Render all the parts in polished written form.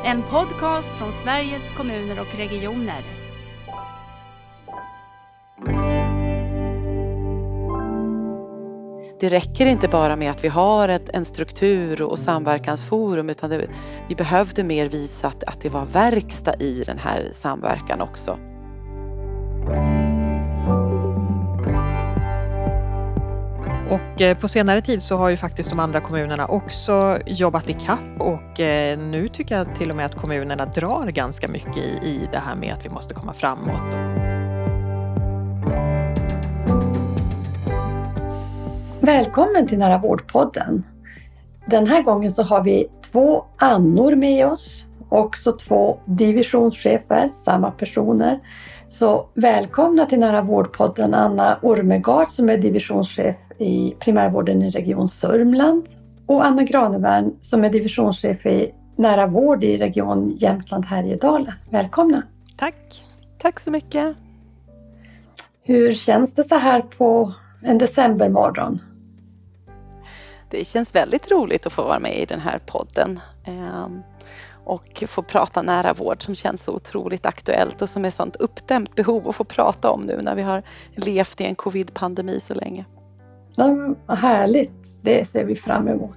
En podcast från Sveriges kommuner och regioner. Det räcker inte bara med att vi har en struktur och samverkansforum, utan vi behövde mer visa att det var verkstad i den här samverkan också. Och på senare tid så har ju faktiskt de andra kommunerna också jobbat i kapp och nu tycker jag till och med att kommunerna drar ganska mycket i det här med att vi måste komma framåt. Välkommen till Nära vårdpodden. Den här gången så har vi 2 Annor med oss, också 2 divisionschefer, samma personer. Så välkomna till Nära vårdpodden Anna Ormegard som är divisionschef i primärvården i Region Sörmland och Anna Granevärn som är divisionschef i Nära vård i Region Jämtland Härjedalen. Välkomna! Tack! Tack så mycket! Hur känns det så här på en decembermorgon? Det känns väldigt roligt att få vara med i den här podden och få prata nära vård som känns så otroligt aktuellt och som är sånt uppdämt behov att få prata om nu när vi har levt i en covid-pandemi så länge. Ja, härligt, det ser vi fram emot.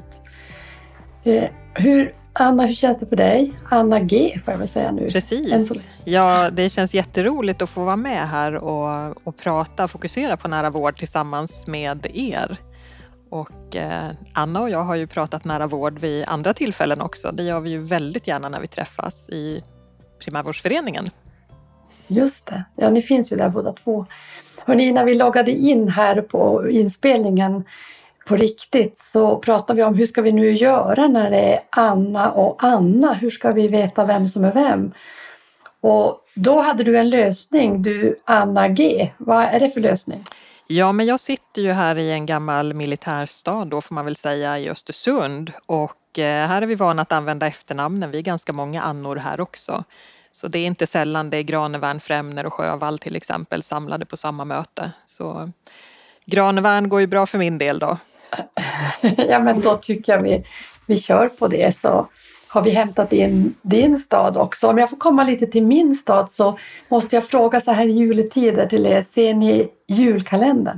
Anna, hur känns det för dig? Anna G får jag väl säga nu. Precis, ja det känns jätteroligt att få vara med här och prata, fokusera på nära vård tillsammans med er. Och Anna och jag har ju pratat nära vård vid andra tillfällen också. Det gör vi ju väldigt gärna när vi träffas i primärvårdsföreningen. Just det, ja ni finns ju där båda 2. Hörrni, när vi loggade in här på inspelningen på riktigt så pratade vi om hur ska vi nu göra när det är Anna och Anna. Hur ska vi veta vem som är vem? Och då hade du en lösning, du Anna G. Vad är det för lösning? Ja, men jag sitter ju här i en gammal militärstad då får man väl säga i Östersund och här är vi vana att använda efternamnen. Vi är ganska många Annor här också. Så det är inte sällan det är Granevärn, Främner och Sjövall till exempel samlade på samma möte. Så Granevärn går ju bra för min del då. Ja, men då tycker jag vi kör på det så har vi hämtat in din stad också. Om jag får komma lite till min stad så måste jag fråga så här i juletider till er. Ser ni julkalendern?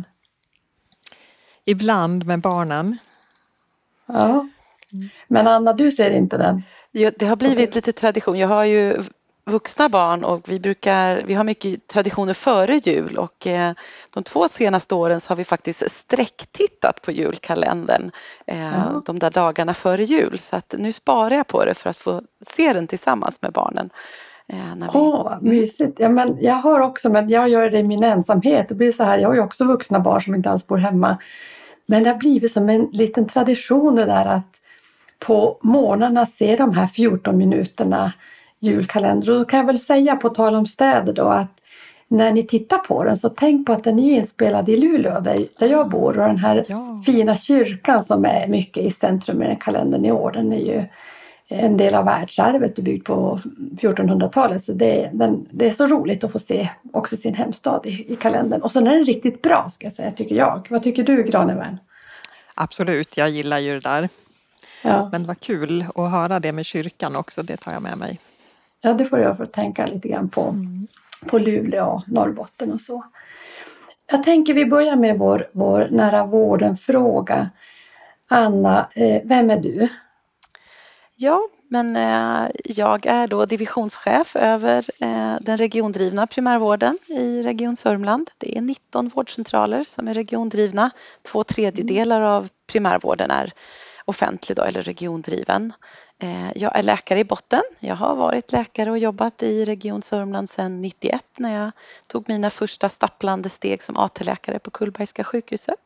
Ibland med barnen. Ja, men Anna, du ser inte den? Ja, det har blivit lite tradition. Jag har ju vuxna barn och vi har mycket traditioner före jul och de 2 senaste åren så har vi faktiskt sträcktittat på julkalendern de där dagarna före jul så att nu sparar jag på det för att få se den tillsammans med barnen. Vad mysigt. Ja, men jag har också, men jag gör det i min ensamhet. Det blir så här, jag har ju också vuxna barn som inte alls bor hemma. Men det har blivit som en liten tradition det där att på morgnarna se de här 14 minuterna julkalender. Och då kan jag väl säga på tal om städer då att när ni tittar på den så tänk på att den är inspelad i Luleå där jag bor och den här fina kyrkan som är mycket i centrum i den kalendern i år, den är ju en del av världsarvet och byggd på 1400-talet så det är så roligt att få se också sin hemstad i kalendern och så är den riktigt bra ska jag säga tycker jag. Vad tycker du Granevärn? Absolut, jag gillar ju det där. Ja. Men vad kul att höra det med kyrkan också, det tar jag med mig. Ja, det får jag få tänka lite grann på Luleå och Norrbotten och så. Jag tänker vi börjar med vår nära vården-fråga. Anna, vem är du? Ja, men jag är då divisionschef över den regiondrivna primärvården i Region Sörmland. Det är 19 vårdcentraler som är regiondrivna. 2/3 av primärvården är offentlig då, eller regiondriven. Jag är läkare i botten. Jag har varit läkare och jobbat i Region Sörmland sedan 91 när jag tog mina första stapplande steg som AT-läkare på Kullbergska sjukhuset.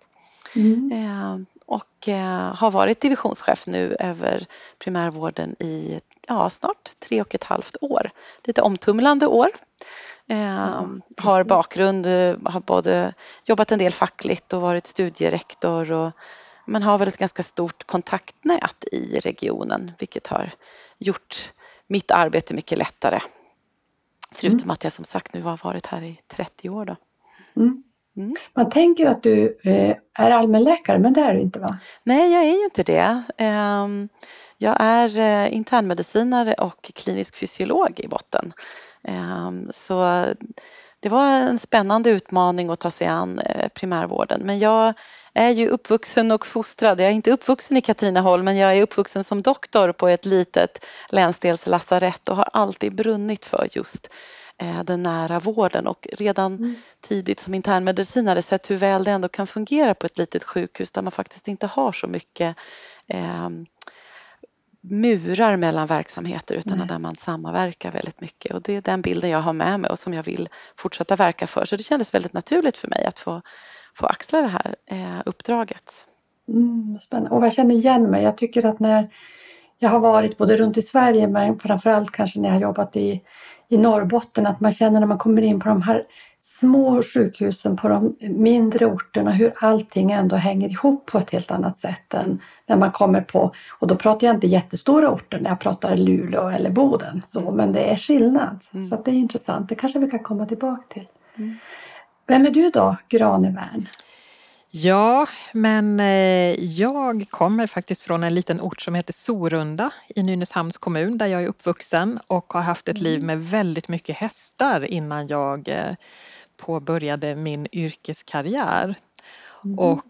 Och har varit divisionschef nu över primärvården i snart 3,5 år. Lite omtumlande år. Har bakgrund, har både jobbat en del fackligt och varit studierektor och man har väl ett ganska stort kontaktnät i regionen vilket har gjort mitt arbete mycket lättare. Förutom att jag som sagt nu har varit här i 30 år då. Man tänker att du är allmänläkare men det är du inte va? Nej, jag är ju inte det. Jag är internmedicinare och klinisk fysiolog i botten. Så det var en spännande utmaning att ta sig an primärvården. Men jag är ju uppvuxen och fostrad. Jag är inte uppvuxen i Katrineholm, men jag är uppvuxen som doktor på ett litet länsdelslasarett och har alltid brunnit för just den nära vården och redan tidigt som internmedicinare sett hur väl det ändå kan fungera på ett litet sjukhus där man faktiskt inte har så mycket murar mellan verksamheter utan där man samverkar väldigt mycket. Och det är den bilden jag har med mig och som jag vill fortsätta verka för. Så det kändes väldigt naturligt för mig att få axla det här uppdraget. Spännande. Och jag känner igen mig. Jag tycker att när jag har varit både runt i Sverige men framförallt kanske när jag har jobbat i Norrbotten att man känner när man kommer in på de här små sjukhusen på de mindre orterna hur allting ändå hänger ihop på ett helt annat sätt än när man kommer på, och då pratar jag inte jättestora orter när jag pratar Luleå eller Boden, så, men det är skillnad. Så att det är intressant, det kanske vi kan komma tillbaka till. Vem är du då, Granevärn? Ja, men jag kommer faktiskt från en liten ort som heter Sorunda i Nynäshamns kommun där jag är uppvuxen och har haft ett liv med väldigt mycket hästar innan jag påbörjade min yrkeskarriär. Och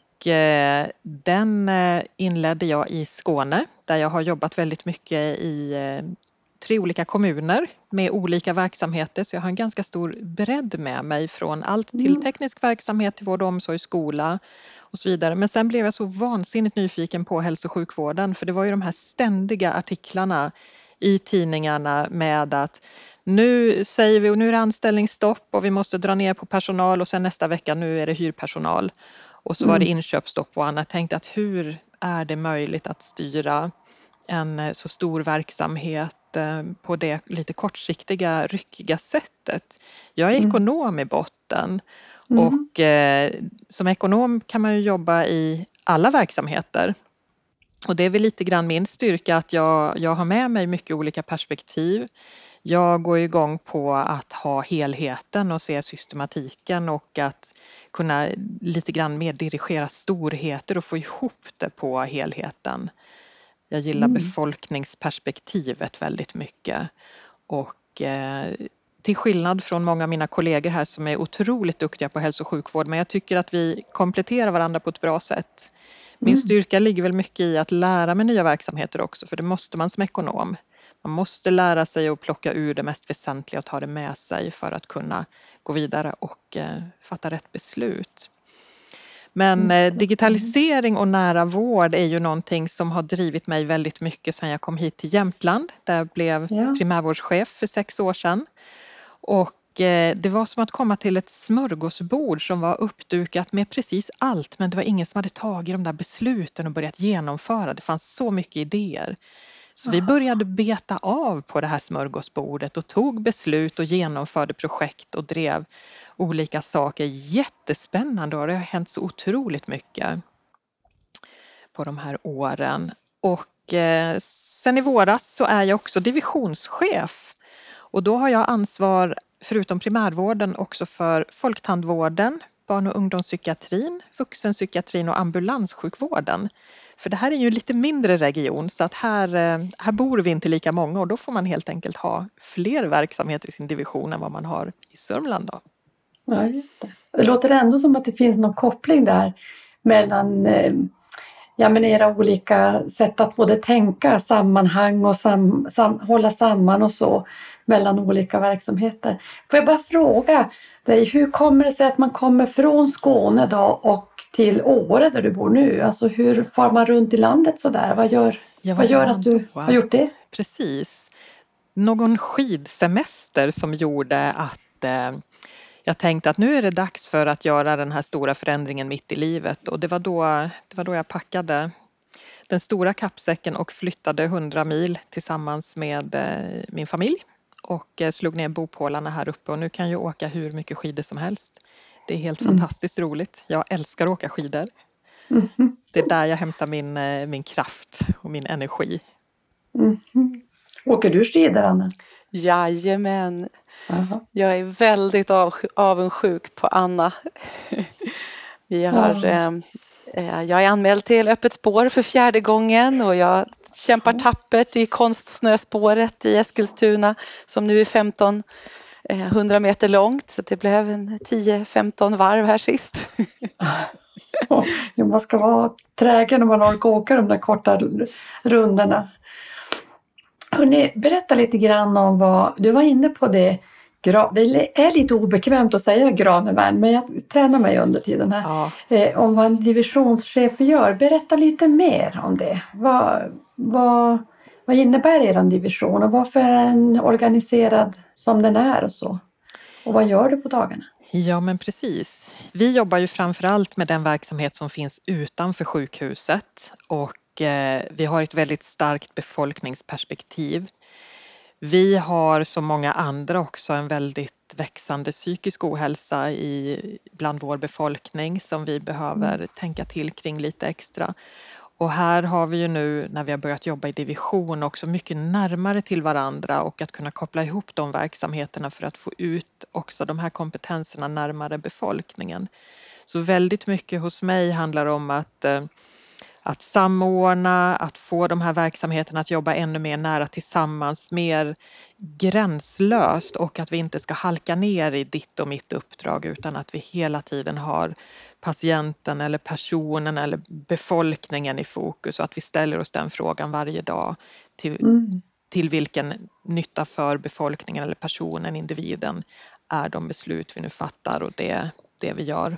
den inledde jag i Skåne där jag har jobbat väldigt mycket i 3 olika kommuner med olika verksamheter, så jag har en ganska stor bredd med mig från allt till teknisk verksamhet till vård och omsorg, skola och så vidare. Men sen blev jag så vansinnigt nyfiken på hälso- och sjukvården, för det var ju de här ständiga artiklarna i tidningarna med att nu säger vi och nu är det anställningsstopp och vi måste dra ner på personal och sen nästa vecka nu är det hyrpersonal. Och så var det inköpsstopp och annat. Jag tänkte att hur är det möjligt att styra en så stor verksamhet på det lite kortsiktiga, ryckiga sättet. Jag är ekonom i botten och som ekonom kan man ju jobba i alla verksamheter. Och det är väl lite grann min styrka att jag har med mig mycket olika perspektiv. Jag går igång på att ha helheten och se systematiken och att kunna lite grann mer dirigera storheter och få ihop det på helheten. Jag gillar befolkningsperspektivet väldigt mycket och till skillnad från många av mina kollegor här som är otroligt duktiga på hälso- och sjukvård, men jag tycker att vi kompletterar varandra på ett bra sätt. Min styrka ligger väl mycket i att lära mig nya verksamheter också, för det måste man som ekonom. Man måste lära sig att plocka ur det mest väsentliga och ta det med sig för att kunna gå vidare och fatta rätt beslut. Men digitalisering och nära vård är ju någonting som har drivit mig väldigt mycket sedan jag kom hit till Jämtland. Där jag blev primärvårdschef för 6 år sedan. Och det var som att komma till ett smörgåsbord som var uppdukat med precis allt. Men det var ingen som hade tagit de där besluten och börjat genomföra. Det fanns så mycket idéer. Så vi började beta av på det här smörgåsbordet och tog beslut och genomförde projekt och drev olika saker. Jättespännande, och det har hänt så otroligt mycket på de här åren. Och sen i våras så är jag också divisionschef. Och då har jag ansvar, förutom primärvården, också för folktandvården, barn- och ungdomspsykiatrin, vuxenpsykiatrin och ambulanssjukvården. För det här är ju en lite mindre region, så att här bor vi inte lika många och då får man helt enkelt ha fler verksamheter i sin division än vad man har i Sörmland då. Ja, just det. Det låter ändå som att det finns någon koppling där mellan era olika sätt att både tänka sammanhang och hålla samman och så mellan olika verksamheter. Får jag bara fråga dig, hur kommer det sig att man kommer från Skåne då och till Åre där du bor nu? Alltså hur far man runt i landet så där? Vad gör att du har gjort det? Precis. Någon skidsemester som gjorde att jag tänkte att nu är det dags för att göra den här stora förändringen mitt i livet. Och det var då jag packade den stora kappsäcken och flyttade 100 mil tillsammans med min familj. Och slog ner bopålarna här uppe, och nu kan jag åka hur mycket skidor som helst. Det är helt fantastiskt roligt. Jag älskar att åka skidor. Det är där jag hämtar min kraft och min energi. Åker du skidor, Anna? Jajamän. Aha. Jag är väldigt avundsjuk på Anna. Jag är anmäld till Öppet spår för 4:e gången och jag kämpar tappert i konstsnöspåret i Eskilstuna som nu är 1500 meter långt, så det blev en 10-15 varv här sist. Man ska vara trägen om man orkar åka de där korta rundorna. Hörrni, berätta lite grann om vad du var inne på. Det är lite obekvämt att säga granevärn, men jag tränar mig under tiden här. Ja. Om vad en divisionschef gör. Berätta lite mer om det. Vad innebär er division och varför är den organiserad som den är och så? Och vad gör du på dagarna? Ja, men precis. Vi jobbar ju framförallt med den verksamhet som finns utanför sjukhuset och vi har ett väldigt starkt befolkningsperspektiv. Vi har som många andra också en väldigt växande psykisk ohälsa bland vår befolkning som vi behöver tänka till kring lite extra. Och här har vi ju nu när vi har börjat jobba i division också mycket närmare till varandra och att kunna koppla ihop de verksamheterna för att få ut också de här kompetenserna närmare befolkningen. Så väldigt mycket hos mig handlar om att samordna, att få de här verksamheterna att jobba ännu mer nära tillsammans, mer gränslöst och att vi inte ska halka ner i ditt och mitt uppdrag utan att vi hela tiden har patienten eller personen eller befolkningen i fokus och att vi ställer oss den frågan varje dag till vilken nytta för befolkningen eller personen, individen är de beslut vi nu fattar och det vi gör.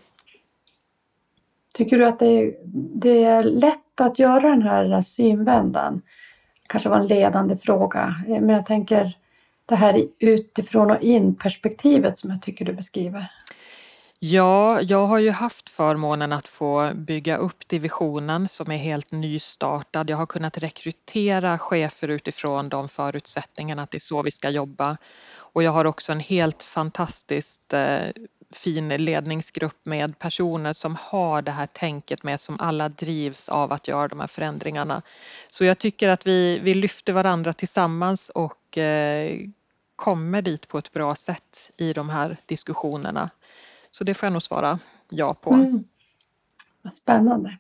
Tycker du att det är lätt att göra den här synvändan? Kanske var en ledande fråga. Men jag tänker det här utifrån och in perspektivet som jag tycker du beskriver. Ja, jag har ju haft förmånen att få bygga upp divisionen som är helt nystartad. Jag har kunnat rekrytera chefer utifrån de förutsättningarna att det är så vi ska jobba. Och jag har också en helt fantastiskt fin ledningsgrupp med personer som har det här tänket med, som alla drivs av att göra de här förändringarna. Så jag tycker att vi lyfter varandra tillsammans och kommer dit på ett bra sätt i de här diskussionerna. Så det får jag nog svara ja på. Vad spännande.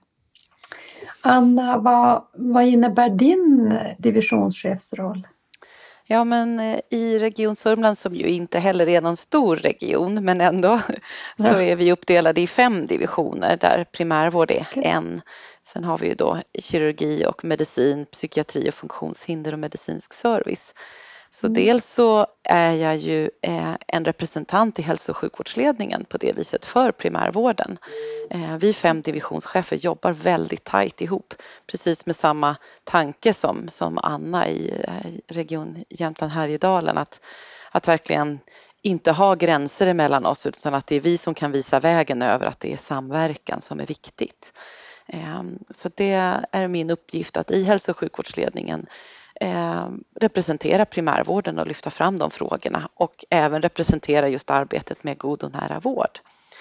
Anna, vad innebär din divisionschefsroll? Ja, men i Region Sörmland som ju inte heller är någon stor region, men ändå så är vi uppdelade i 5 divisioner där primärvård är en. Sen har vi ju då kirurgi och medicin, psykiatri och funktionshinder och medicinsk service. Så dels så är jag ju en representant i hälso- och sjukvårdsledningen på det viset för primärvården. Vi 5 divisionschefer jobbar väldigt tajt ihop, precis med samma tanke som Anna i Region Jämtland Härjedalen, att verkligen inte ha gränser emellan oss utan att det är vi som kan visa vägen över att det är samverkan som är viktigt. Så det är min uppgift att i hälso- och sjukvårdsledningen representera primärvården och lyfta fram de frågorna och även representera just arbetet med god och nära vård.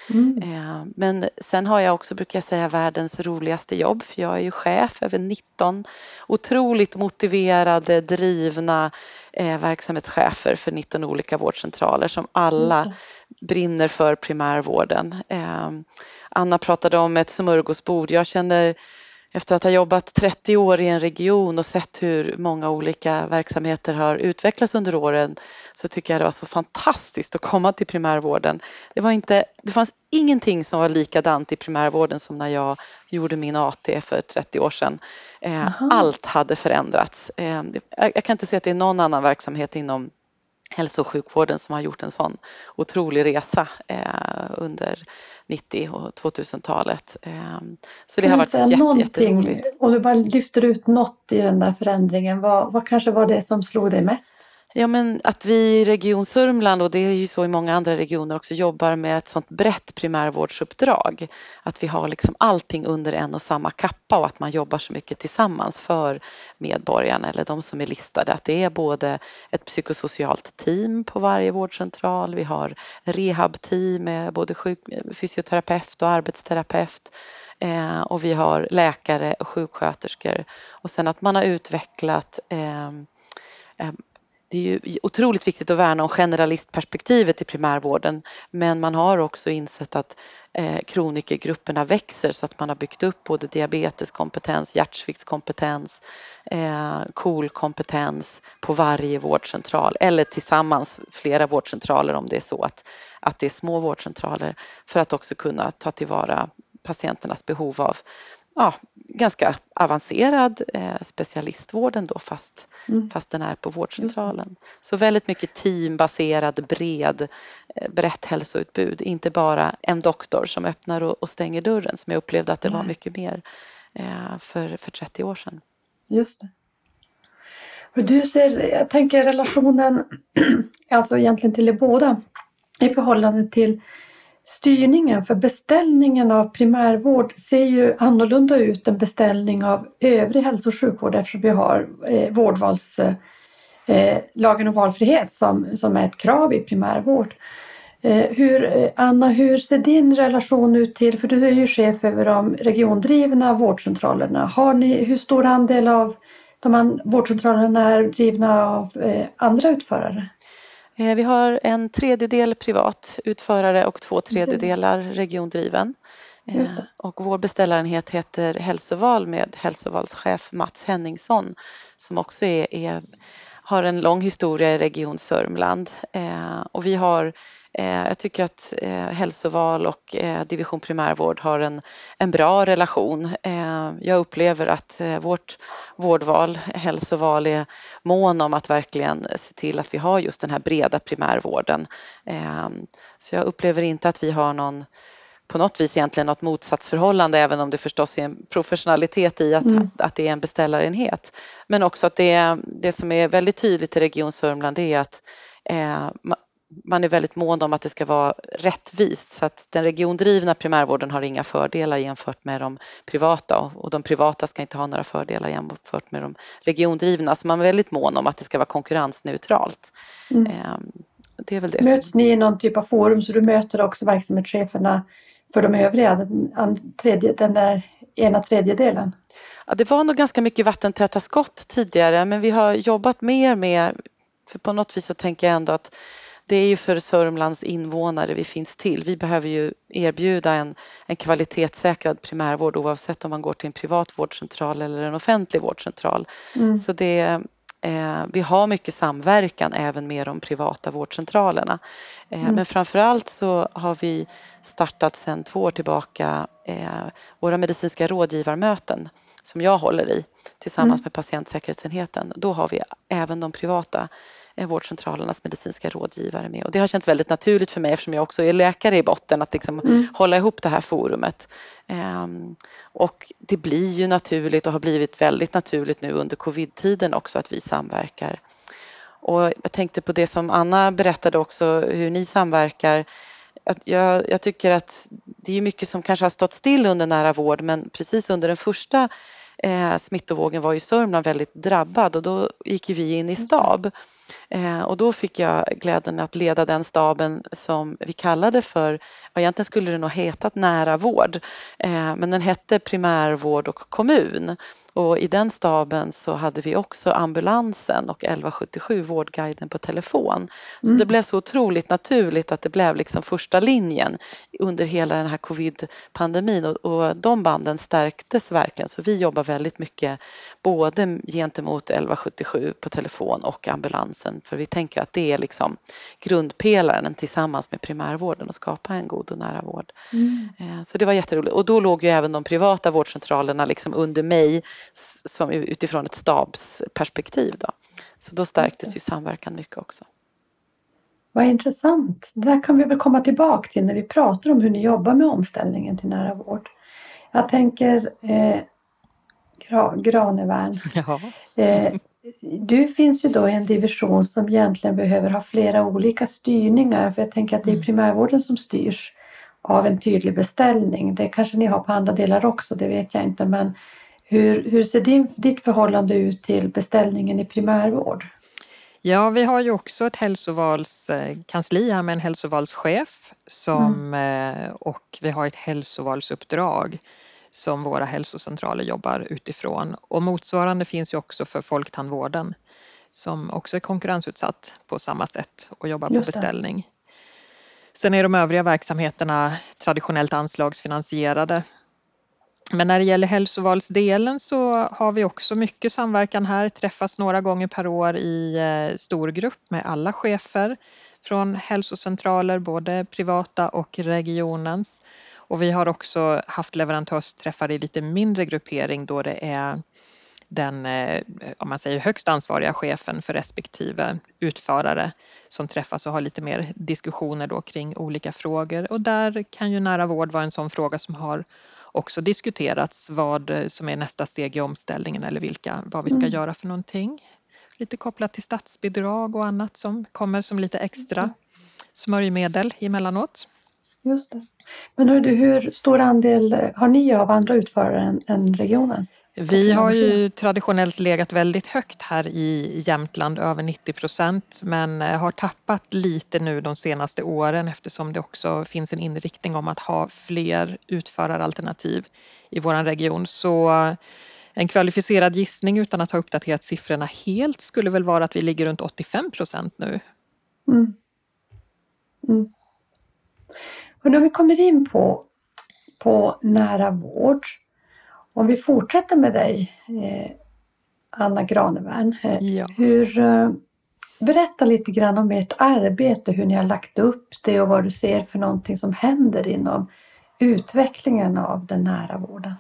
Men sen har jag också, brukar jag säga, världens roligaste jobb, för jag är ju chef över 19 otroligt motiverade, drivna verksamhetschefer för 19 olika vårdcentraler som alla brinner för primärvården. Anna pratade om ett smörgåsbord. Jag känner, efter att ha jobbat 30 år i en region och sett hur många olika verksamheter har utvecklats under åren, så tycker jag det var så fantastiskt att komma till primärvården. Det fanns ingenting som var likadant i primärvården som när jag gjorde min AT för 30 år sedan. Allt hade förändrats. Jag kan inte se att det är någon annan verksamhet inom hälso- och sjukvården som har gjort en sån otrolig resa under 90- och 2000-talet. Så det har varit jätteroligt. Om du bara lyfter ut något i den där förändringen, vad kanske var det som slog dig mest? Ja, men att vi i Region Sörmland, och det är ju så i många andra regioner också, jobbar med ett sånt brett primärvårdsuppdrag. Att vi har liksom allting under en och samma kappa och att man jobbar så mycket tillsammans för medborgarna eller de som är listade. Att det är både ett psykosocialt team på varje vårdcentral, vi har rehabteam med både fysioterapeut och arbetsterapeut. Och vi har läkare och sjuksköterskor. Och sen att man har utvecklat det är ju otroligt viktigt att värna om generalistperspektivet i primärvården, men man har också insett att kronikergrupperna växer så att man har byggt upp både diabeteskompetens, hjärtsviktskompetens, KOL-kompetens på varje vårdcentral eller tillsammans flera vårdcentraler om det är så att det är små vårdcentraler för att också kunna ta tillvara patienternas behov av ganska avancerad specialistvård ändå fast den är på vårdcentralen. Så väldigt mycket teambaserad, brett hälsoutbud. Inte bara en doktor som öppnar och stänger dörren som jag upplevde att det var mycket mer för 30 år sedan. Just det. Och du ser, jag tänker relationen, alltså egentligen till er båda, i förhållande till styrningen, för beställningen av primärvård ser ju annorlunda ut än beställning av övrig hälso- och sjukvård eftersom vi har lagen om valfrihet som är ett krav i primärvård. Anna, hur ser din relation ut till, för du är ju chef över de regiondrivna vårdcentralerna. Hur stor andel av de vårdcentralerna är drivna av andra utförare? Vi har 1/3 privat utförare och 2/3 regiondriven. Och vår beställarenhet heter Hälsoval med hälsovalschef Mats Henningsson som också har en lång historia i Region Sörmland. Och vi har, jag tycker att Hälsoval och Division primärvård har en bra relation. Jag upplever att vårt vårdval, Hälsoval, är mån om att verkligen se till att vi har just den här breda primärvården. Så jag upplever inte att vi har på något vis egentligen något motsatsförhållande, även om det förstås är en professionalitet i att det är en beställarenhet. Men också att det som är väldigt tydligt i Region Sörmland är att man är väldigt mån om att det ska vara rättvist, så att den regiondrivna primärvården har inga fördelar jämfört med de privata och de privata ska inte ha några fördelar jämfört med de regiondrivna. Så man är väldigt mån om att det ska vara konkurrensneutralt. Det är väl det. Möts ni i någon typ av forum så du möter också verksamhetscheferna för de övriga, den där ena tredjedelen? Ja, det var nog ganska mycket vattentäta skott tidigare, men vi har jobbat mer med, för på något vis så tänker jag ändå att det är ju för Sörmlands invånare vi finns till. Vi behöver ju erbjuda en kvalitetssäkrad primärvård oavsett om man går till en privat vårdcentral eller en offentlig vårdcentral. Så vi har mycket samverkan även med de privata vårdcentralerna. Men framförallt så har vi startat sedan 2 år tillbaka våra medicinska rådgivarmöten som jag håller i tillsammans med patientsäkerhetsenheten. Då har vi även de privata vårdcentralernas medicinska rådgivare med. Och det har känts väldigt naturligt för mig eftersom jag också är läkare i botten att liksom hålla ihop det här forumet. Och det blir ju naturligt och har blivit väldigt naturligt nu under covid-tiden också att vi samverkar. Och jag tänkte på det som Anna berättade också, hur ni samverkar. Jag tycker att det är mycket som kanske har stått still under nära vård, men precis under den första smittovågen var ju Sörmland väldigt drabbad och då gick vi in i stab. Och då fick jag glädjen att leda den staben som vi kallade för, egentligen skulle det nog hetat nära vård, men den hette primärvård och kommun. Och i den staben så hade vi också ambulansen och 1177 vårdguiden på telefon. Så det blev så otroligt naturligt att det blev liksom första linjen under hela den här covid-pandemin och de banden stärktes verkligen. Så vi jobbar väldigt mycket både gentemot 1177 på telefon och ambulansen. För vi tänker att det är liksom grundpelaren tillsammans med primärvården att skapa en god och nära vård. Så det var jätteroligt. Och då låg ju även de privata vårdcentralerna liksom under mig som utifrån ett stabsperspektiv då. Så då stärktes ju samverkan mycket också. Vad intressant. Det där kan vi väl komma tillbaka till när vi pratar om hur ni jobbar med omställningen till nära vård. Jag tänker Granevärn. Ja. Du finns ju då i en division som egentligen behöver ha flera olika styrningar. För jag tänker att det är primärvården som styrs av en tydlig beställning. Det kanske ni har på andra delar också, det vet jag inte. Men hur ser ditt förhållande ut till beställningen i primärvård? Ja, vi har ju också ett hälsovalskansli här med en hälsovalschef och vi har ett hälsovalsuppdrag som våra hälsocentraler jobbar utifrån. Och motsvarande finns ju också för folktandvården som också är konkurrensutsatt på samma sätt och jobbar på beställning. Sen är de övriga verksamheterna traditionellt anslagsfinansierade. Men när det gäller hälsovalsdelen så har vi också mycket samverkan här, träffas några gånger per år i stor grupp med alla chefer från hälsocentraler, både privata och regionens. Och vi har också haft leverantörsträffar i lite mindre gruppering då det är den, om man säger högst ansvariga chefen för respektive utförare som träffas och har lite mer diskussioner då kring olika frågor. Och där kan ju nära vård vara en sån fråga som har också diskuterats vad som är nästa steg i omställningen eller vad vi ska göra för någonting. Lite kopplat till statsbidrag och annat som kommer som lite extra smörjmedel emellanåt. Just det. Men hur stor andel har ni av andra utförare än regionens? Vi har ju traditionellt legat väldigt högt här i Jämtland, över 90%, men har tappat lite nu de senaste åren eftersom det också finns en inriktning om att ha fler utföraralternativ i vår region. Så en kvalificerad gissning utan att ha uppdaterat siffrorna helt skulle väl vara att vi ligger runt 85% nu. Och när vi kommer in på nära vård, om vi fortsätter med dig, Anna Granevärn, Ja. berätta lite grann om ert arbete, hur ni har lagt upp det och vad du ser för någonting som händer inom utvecklingen av den nära vården.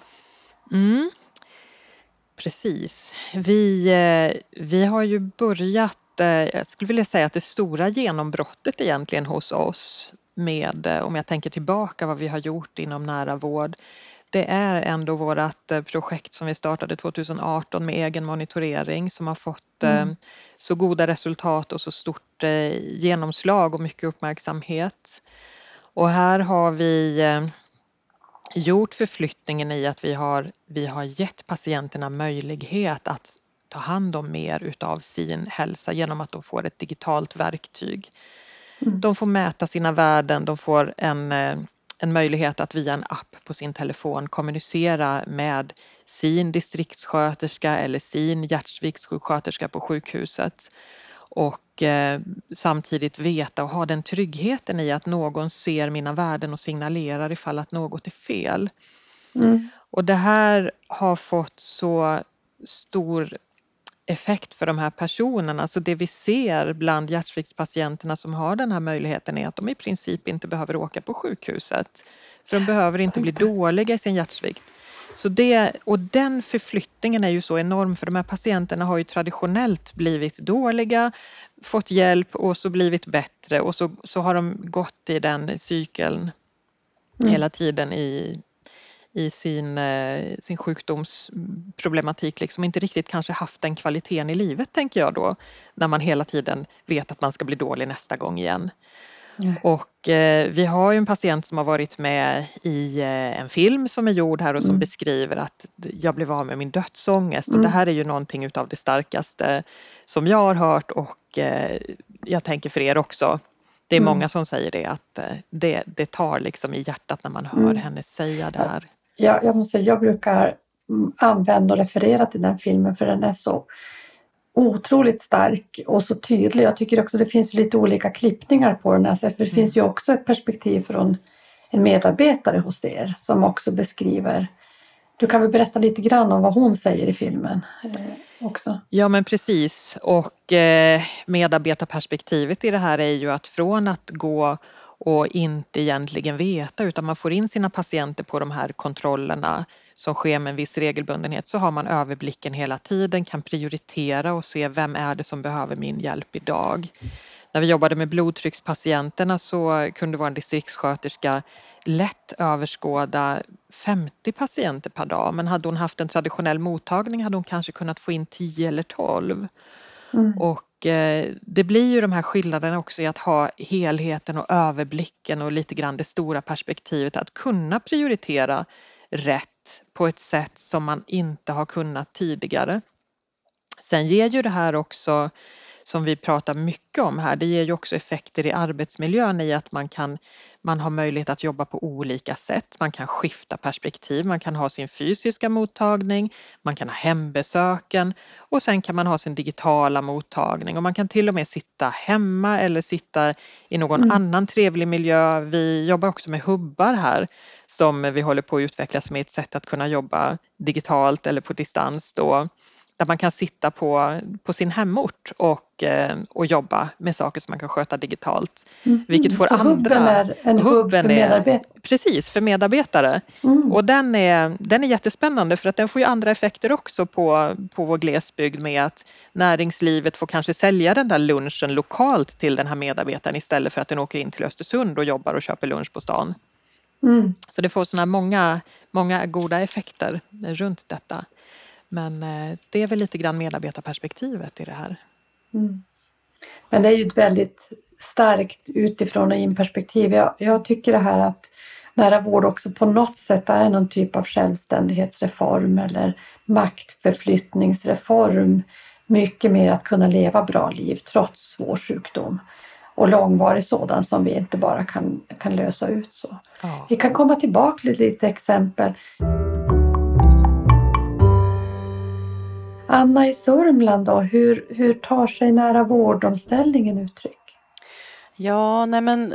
Precis. Vi har ju börjat, jag skulle vilja säga att det stora genombrottet egentligen hos oss med, om jag tänker tillbaka vad vi har gjort inom nära vård, det är ändå vårt projekt som vi startade 2018 med egen monitorering som har fått så goda resultat och så stort genomslag och mycket uppmärksamhet. Och här har vi gjort förflyttningen i att vi har gett patienterna möjlighet att ta hand om mer utav sin hälsa genom att de får ett digitalt verktyg. De får mäta sina värden, de får en möjlighet att via en app på sin telefon kommunicera med sin distriktssköterska eller sin hjärtsviktssjuksköterska på sjukhuset. Och samtidigt veta och ha den tryggheten i att någon ser mina värden och signalerar ifall att något är fel. Och det här har fått så stor effekt för de här personerna. Så det vi ser bland hjärtsviktspatienterna som har den här möjligheten är att de i princip inte behöver åka på sjukhuset. För de behöver inte bli dåliga i sin hjärtsvikt. Så den förflyttningen är ju så enorm för de här patienterna har ju traditionellt blivit dåliga, fått hjälp och så blivit bättre och så har de gått i den cykeln hela tiden i sin sjukdomsproblematik liksom inte riktigt kanske haft den kvaliteten i livet tänker jag då när man hela tiden vet att man ska bli dålig nästa gång igen. Och vi har ju en patient som har varit med i en film som är gjord här och som beskriver att jag blev av med min dödsångest och det här är ju någonting utav det starkaste som jag har hört och jag tänker för er också. Det är många som säger det att det tar liksom i hjärtat när man hör henne säga det här. Ja, jag måste säga, jag brukar använda och referera till den filmen för den är så otroligt stark och så tydlig. Jag tycker också det finns lite olika klippningar på den här. För det finns ju också ett perspektiv från en medarbetare hos er som också beskriver. Du kan väl berätta lite grann om vad hon säger i filmen också? Ja men precis och medarbetarperspektivet i det här är ju att från att gå och inte egentligen veta utan man får in sina patienter på de här kontrollerna som sker med en viss regelbundenhet så har man överblicken hela tiden, kan prioritera och se vem är det som behöver min hjälp idag. När vi jobbade med blodtryckspatienterna så kunde vår distriktssköterska lätt överskåda 50 patienter per dag men hade hon haft en traditionell mottagning hade hon kanske kunnat få in 10 eller 12. Och det blir ju de här skillnaderna också i att ha helheten och överblicken och lite grann det stora perspektivet att kunna prioritera rätt på ett sätt som man inte har kunnat tidigare. Sen ger ju det här också som vi pratar mycket om här, det ger ju också effekter i arbetsmiljön i att man har möjlighet att jobba på olika sätt. Man kan skifta perspektiv, man kan ha sin fysiska mottagning, man kan ha hembesöken och sen kan man ha sin digitala mottagning och man kan till och med sitta hemma eller sitta i någon annan trevlig miljö. Vi jobbar också med hubbar här som vi håller på att utveckla som är ett sätt att kunna jobba digitalt eller på distans då. Där man kan sitta på sin hemort och jobba med saker som man kan sköta digitalt. Vilket får så andra... Hubben är en hubb för medarbetare? Precis, för medarbetare. Och den är jättespännande för att den får ju andra effekter också på vår glesbygd med att näringslivet får kanske sälja den där lunchen lokalt till den här medarbetaren istället för att den åker in till Östersund och jobbar och köper lunch på stan. Så det får sådana många goda effekter runt detta. Men det är väl lite grann medarbetarperspektivet i det här. Men det är ju ett väldigt starkt utifrån och in perspektiv. Jag tycker det här att nära vård också på något sätt är någon typ av självständighetsreform eller maktförflyttningsreform. Mycket mer att kunna leva bra liv trots svår sjukdom. Och långvarig sådan som vi inte bara kan lösa ut så. Ja. Vi kan komma tillbaka till lite exempel. Anna i Sörmland då, hur tar sig nära vårdomställningen uttryck? Ja, nej men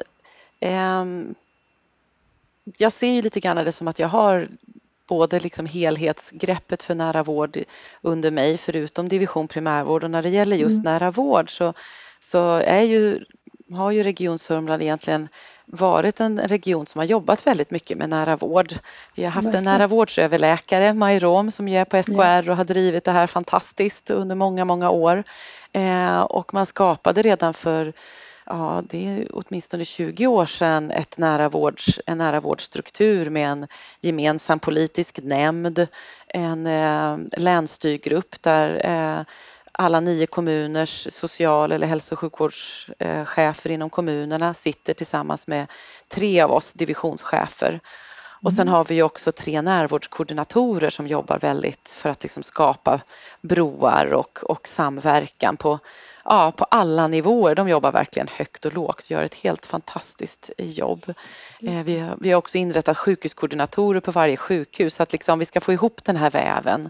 jag ser ju lite grann det som att jag har både liksom helhetsgreppet för nära vård under mig förutom division primärvård, och när det gäller just nära vård så har ju Region Sörmland egentligen varit en region som har jobbat väldigt mycket med nära vård. Vi har haft en nära vårdsöverläkare, Maj Rom, som är på SKR och har drivit det här fantastiskt under många år. Och man skapade redan för det är åtminstone 20 år sedan en nära vårdstruktur med en gemensam politisk nämnd, en länsstyrgrupp där alla 9 kommuners social- eller hälso- och sjukvårdschefer inom kommunerna sitter tillsammans med 3 av oss divisionschefer. Och sen har vi ju också 3 närvårdskoordinatorer som jobbar väldigt för att liksom skapa broar och samverkan på alla nivåer. De jobbar verkligen högt och lågt, gör ett helt fantastiskt jobb. Vi har också inrättat sjukhuskoordinatorer på varje sjukhus så att liksom vi ska få ihop den här väven.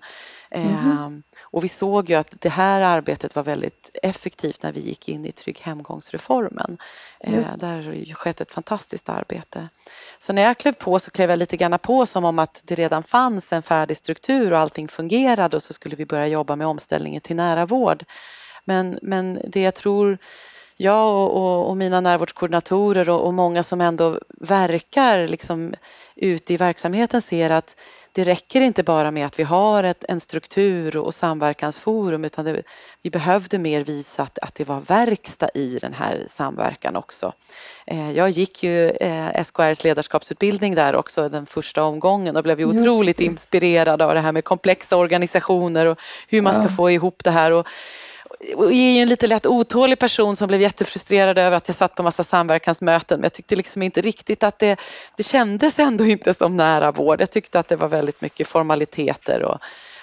Och vi såg ju att det här arbetet var väldigt effektivt när vi gick in i Trygg hemgångsreformen. Där har ju skett ett fantastiskt arbete. Så när jag klev på så klev jag lite grann på som om att det redan fanns en färdig struktur och allting fungerade och så skulle vi börja jobba med omställningen till nära vård. Men det jag tror jag och mina närvårdskoordinatorer och många som ändå verkar liksom ute i verksamheten ser att det räcker inte bara med att vi har en struktur och samverkansforum, utan vi behövde mer visa att det var verkstad i den här samverkan också. Jag gick ju SKRs ledarskapsutbildning där också den första omgången och blev ju otroligt inspirerad av det här med komplexa organisationer och hur man ska få ihop det här. Och jag är ju en lite lätt otålig person som blev jättefrustrerad över att jag satt på massa samverkansmöten, men jag tyckte liksom inte riktigt att det kändes ändå inte som nära vård. Jag tyckte att det var väldigt mycket formaliteter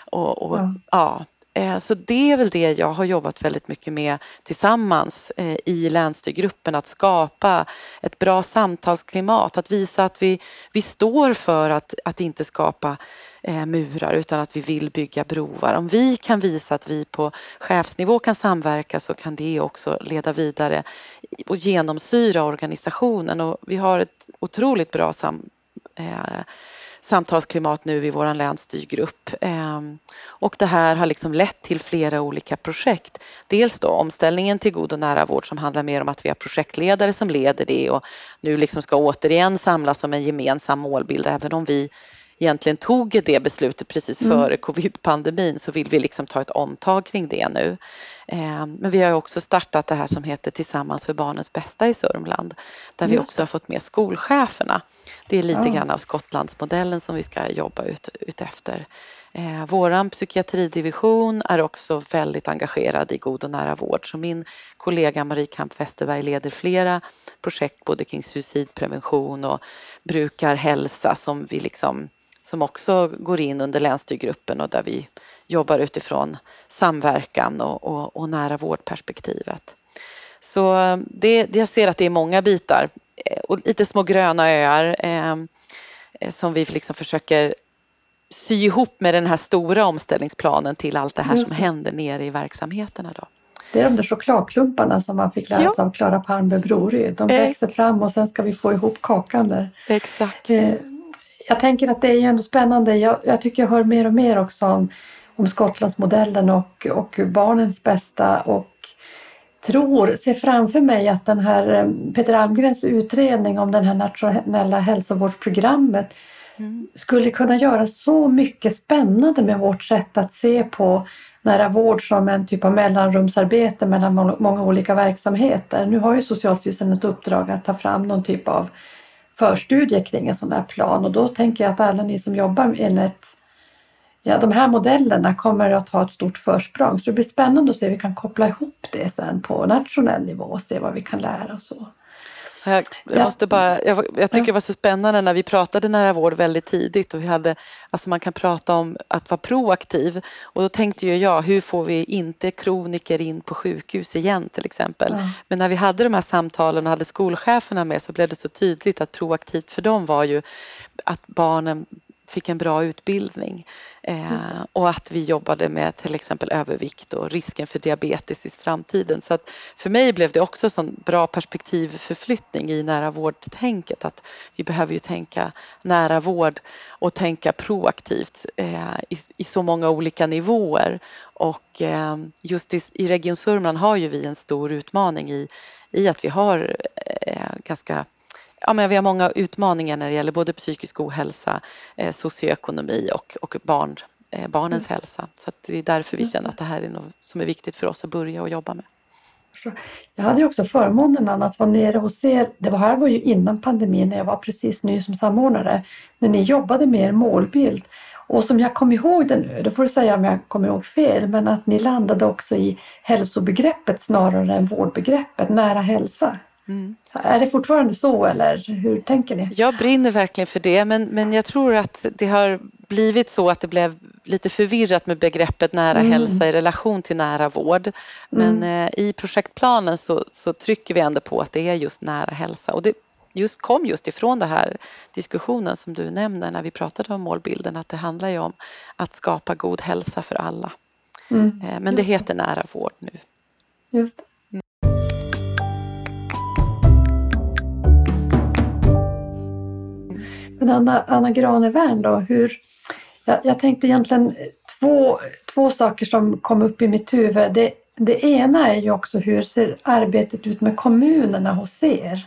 så det är väl det jag har jobbat väldigt mycket med tillsammans i länsstyrgruppen, att skapa ett bra samtalsklimat, att visa att vi står för att inte skapa murar utan att vi vill bygga broar. Om vi kan visa att vi på chefsnivå kan samverka så kan det också leda vidare och genomsyra organisationen, och vi har ett otroligt bra samtalsklimat nu i vår länsstyrgrupp. Och det här har liksom lett till flera olika projekt. Dels då omställningen till god och nära vård som handlar mer om att vi har projektledare som leder det och nu liksom ska återigen samlas som en gemensam målbild. Även om vi egentligen tog det beslutet precis före covid-pandemin så vill vi liksom ta ett omtag kring det nu. Men vi har också startat det här som heter Tillsammans för barnens bästa i Sörmland, där vi också har fått med skolcheferna. Det är lite grann av Skottlandsmodellen som vi ska jobba ut efter. Våran psykiatridivision är också väldigt engagerad i god och nära vård, så min kollega Marie Kamp Westerberg leder flera projekt både kring suicidprevention och brukarhälsa som också går in under länsstyrgruppen och där vi jobbar utifrån samverkan och nära vårdperspektivet. Så jag ser att det är många bitar och lite små gröna öar som vi liksom försöker sy ihop med den här stora omställningsplanen till allt det här som händer nere i verksamheterna då. Det är de där chokladklumparna som man fick lära sig av Klara Palmberg Broryd. De växer fram och sen ska vi få ihop kakan där. Exakt. Jag tänker att det är ju ändå spännande. Jag tycker jag hör mer och mer också om Skottlandsmodellen och barnens bästa och ser framför mig att den här Peter Almgrens utredning om det här nationella hälsovårdsprogrammet skulle kunna göra så mycket spännande med vårt sätt att se på nära vård som en typ av mellanrumsarbete mellan många olika verksamheter. Nu har ju Socialstyrelsen ett uppdrag att ta fram någon typ av förstudie kring en sån där plan och då tänker jag att alla ni som jobbar enligt de här modellerna kommer att ha ett stort försprång. Så det blir spännande att se hur vi kan koppla ihop det sen på nationell nivå och se vad vi kan lära oss. Jag tycker det var så spännande när vi pratade nära vård väldigt tidigt och man kan prata om att vara proaktiv och då tänkte jag hur får vi inte kroniker in på sjukhus igen till exempel. Men när vi hade de här samtalen och hade skolcheferna med så blev det så tydligt att proaktivt för dem var ju att barnen fick en bra utbildning och att vi jobbade med till exempel övervikt och risken för diabetes i framtiden. Så att för mig blev det också en sån bra perspektivförflyttning i nära vårdtänket att vi behöver ju tänka nära vård och tänka proaktivt i så många olika nivåer och just i Region Sörmland har ju vi en stor utmaning i att vi har vi har många utmaningar när det gäller både psykisk ohälsa, socioekonomi och barnens hälsa. Så att det är därför vi känner att det här är något som är viktigt för oss att börja och jobba med. Jag hade ju också förmånen att vara nere hos er. Det här var ju innan pandemin när jag var precis ny som samordnare. När ni jobbade med er målbild. Och som jag kom ihåg det nu, då får du säga om jag kommer ihåg fel, men att ni landade också i hälsobegreppet snarare än vårdbegreppet, nära hälsa. Är det fortfarande så eller hur tänker ni? Jag brinner verkligen för det men jag tror att det har blivit så att det blev lite förvirrat med begreppet nära hälsa i relation till nära vård. Men i projektplanen så trycker vi ändå på att det är just nära hälsa och det kom just ifrån den här diskussionen som du nämner när vi pratade om målbilden att det handlar ju om att skapa god hälsa för alla. Men det heter nära vård nu. Just det. Men Anna Granevärn då, jag tänkte egentligen två saker som kom upp i mitt huvud. Det ena är ju också hur ser arbetet ut med kommunerna hos er?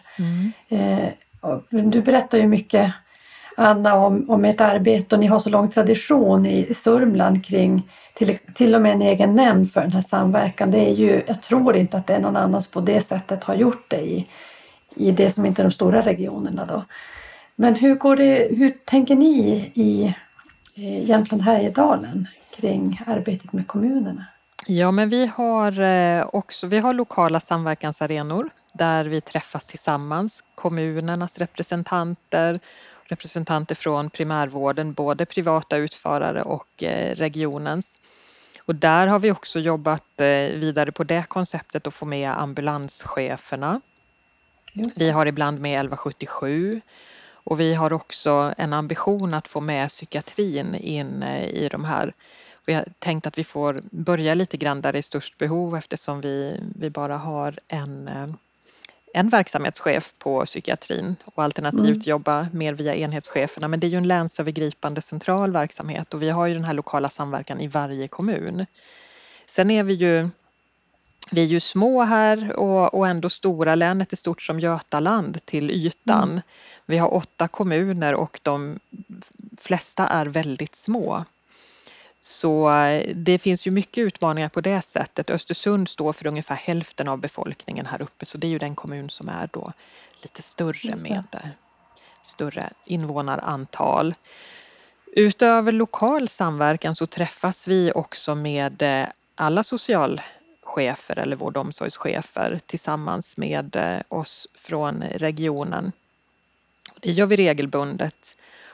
Du berättar ju mycket Anna om ert arbete och ni har så lång tradition i Sörmland kring till och med en egen nämnd för den här samverkan. Det är ju, jag tror inte att det är någon annan på det sättet har gjort det i det som inte är de stora regionerna då. Men hur tänker ni i Jämtland Härjedalen kring arbetet med kommunerna? Ja, men vi har lokala samverkansarenor där vi träffas tillsammans, kommunernas representanter från primärvården, både privata utförare och regionens. Och där har vi också jobbat vidare på det konceptet att få med ambulanscheferna. Vi har ibland med 1177 och vi har också en ambition att få med psykiatrin in i de här. Vi har tänkt att vi får börja lite grann där det är störst behov eftersom vi bara har en verksamhetschef på psykiatrin och alternativt jobba mer via enhetscheferna. Men det är ju en länsövergripande central verksamhet och vi har ju den här lokala samverkan i varje kommun. Sen är vi är ju små här och ändå stora. Länet är stort som Götaland till ytan. Vi har 8 kommuner och de flesta är väldigt små. Så det finns ju mycket utmaningar på det sättet. Östersund står för ungefär hälften av befolkningen här uppe. Så det är ju den kommun som är då lite större med större invånarantal. Utöver lokal samverkan så träffas vi också med alla socialchefer eller vård- och omsorgschefer tillsammans med oss från regionen. Det gör vi regelbundet.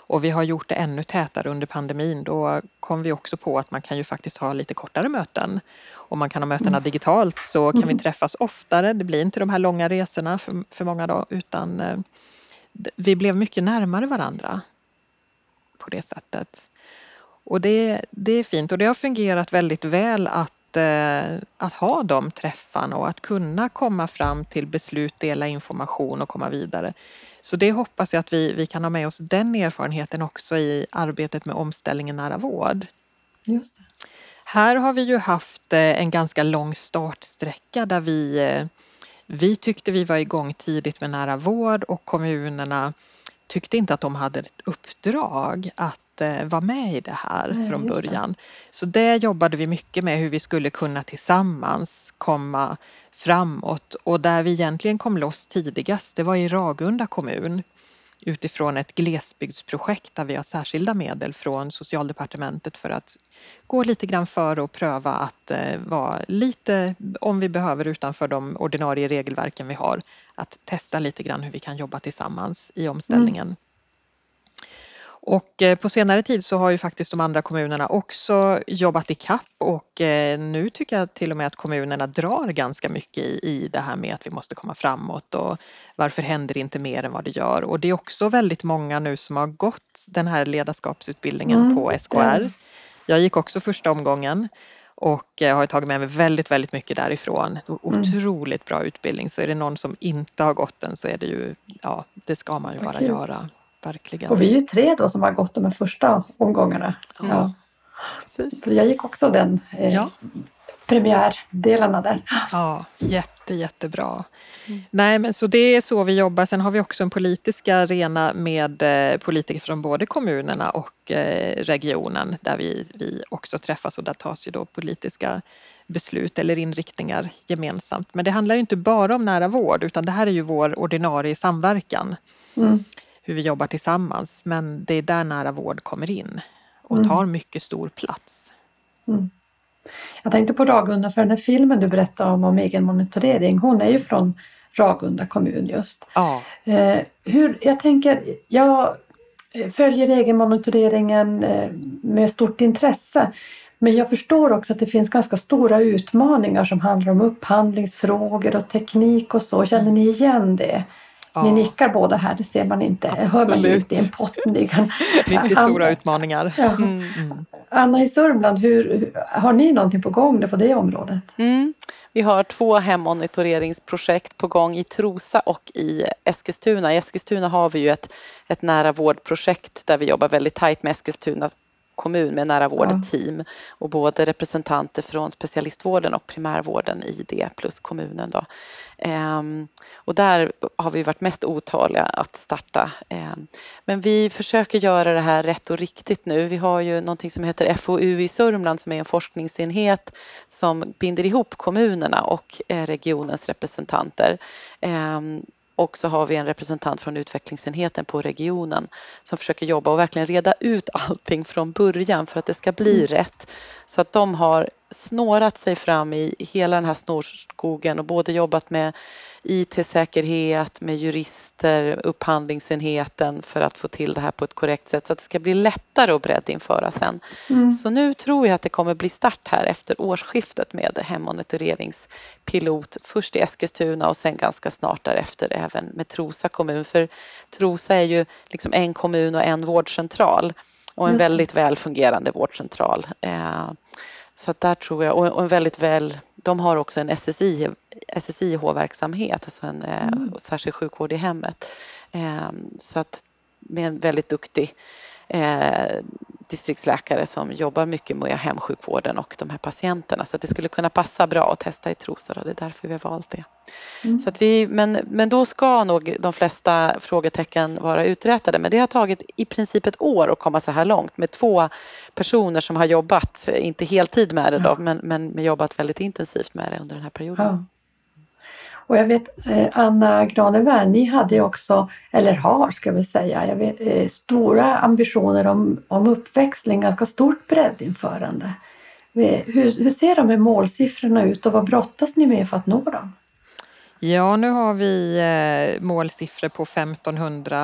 Och vi har gjort det ännu tätare under pandemin. Då kom vi också på att man kan ju faktiskt ha lite kortare möten. Om man kan ha mötena digitalt så kan vi träffas oftare. Det blir inte de här långa resorna för många då, utan vi blev mycket närmare varandra på det sättet. Och det är fint och det har fungerat väldigt väl att ha de träffarna och att kunna komma fram till beslut, dela information och komma vidare. Så det hoppas jag att vi kan ha med oss den erfarenheten också i arbetet med omställningen nära vård. Just det. Här har vi ju haft en ganska lång startsträcka där vi tyckte vi var igång tidigt med nära vård och kommunerna tyckte inte att de hade ett uppdrag att vara med i det här från början. Så det jobbade vi mycket med hur vi skulle kunna tillsammans komma framåt. Och där vi egentligen kom loss tidigast, det var i Ragunda kommun utifrån ett glesbygdsprojekt där vi har särskilda medel från Socialdepartementet för att gå lite grann före och pröva att vara lite, om vi behöver utanför de ordinarie regelverken vi har, att testa lite grann hur vi kan jobba tillsammans i omställningen. Och på senare tid så har ju faktiskt de andra kommunerna också jobbat i kapp och nu tycker jag till och med att kommunerna drar ganska mycket i det här med att vi måste komma framåt och varför händer det inte mer än vad det gör. Och det är också väldigt många nu som har gått den här ledarskapsutbildningen på SKR. Jag gick också första omgången och har tagit med mig väldigt, väldigt mycket därifrån. Otroligt bra utbildning, så är det någon som inte har gått den så är det ju, ja, det ska man ju bara göra. Verkligen. Och vi är ju 3 då som har gått de här första omgångarna. Ja. Precis. För jag gick också den premiärdelarna där. Ja, jättebra. Nej, men så det är så vi jobbar. Sen har vi också en politisk arena med politiker från både kommunerna och regionen där vi också träffas och där tas ju då politiska beslut eller inriktningar gemensamt. Men det handlar ju inte bara om nära vård utan det här är ju vår ordinarie samverkan. Hur vi jobbar tillsammans, men det är där nära vård kommer in och tar mycket stor plats. Jag tänkte på Ragunda, för den här filmen du berättade om egenmonitorering, hon är ju från Ragunda kommun just. Ja. Jag följer egenmonitoreringen med stort intresse, men jag förstår också att det finns ganska stora utmaningar som handlar om upphandlingsfrågor och teknik och så. Känner ni igen det? Ni nickar båda här, det ser man inte. Hör man ju inte i en pott. Mycket stora utmaningar. Ja. Anna i Sörmland, har ni någonting på gång där på det området? Vi har 2 hemmonitoreringsprojekt på gång i Trosa och i Eskilstuna. I Eskilstuna har vi ju ett nära vårdprojekt där vi jobbar väldigt tajt med Eskilstuna kommun med nära vårdteam och både representanter från specialistvården och primärvården i det plus kommunen då. Och där har vi varit mest otåliga att starta. Men vi försöker göra det här rätt och riktigt nu. Vi har ju någonting som heter FoU i Sörmland som är en forskningsenhet som binder ihop kommunerna och regionens representanter. Och så har vi en representant från utvecklingsenheten på regionen som försöker jobba och verkligen reda ut allting från början för att det ska bli rätt. Så att de har snårat sig fram i hela den här snårskogen och både jobbat med IT-säkerhet, med jurister, upphandlingsenheten för att få till det här på ett korrekt sätt så att det ska bli lättare att breddinföra sen. Så nu tror jag att det kommer bli start här efter årsskiftet med hemmonitoriringspilot. Först i Eskilstuna och sen ganska snart därefter även med Trosa kommun. För Trosa är ju liksom en kommun och en vårdcentral och en väldigt väl fungerande vårdcentral. Så att där tror jag, och en väldigt väl, de har också en SSIH-verksamhet, alltså en särskild sjukvård i hemmet. Så att med en väldigt duktig distriktsläkare som jobbar mycket med hemsjukvården och de här patienterna. Så att det skulle kunna passa bra att testa i Trosa och det är därför vi har valt det. Så att men då ska nog de flesta frågetecken vara uträtade. Men det har tagit i princip ett år att komma så här långt med 2 personer som har jobbat, inte heltid med det då, men jobbat väldigt intensivt med det under den här perioden. Ja. Och jag vet, Anna Granevär, ni hade också, eller har ska vi säga, stora ambitioner om uppväxling, ganska stort breddinförande. Hur ser de här målsiffrorna ut och vad brottas ni med för att nå dem? Ja, nu har vi målsiffror på 1500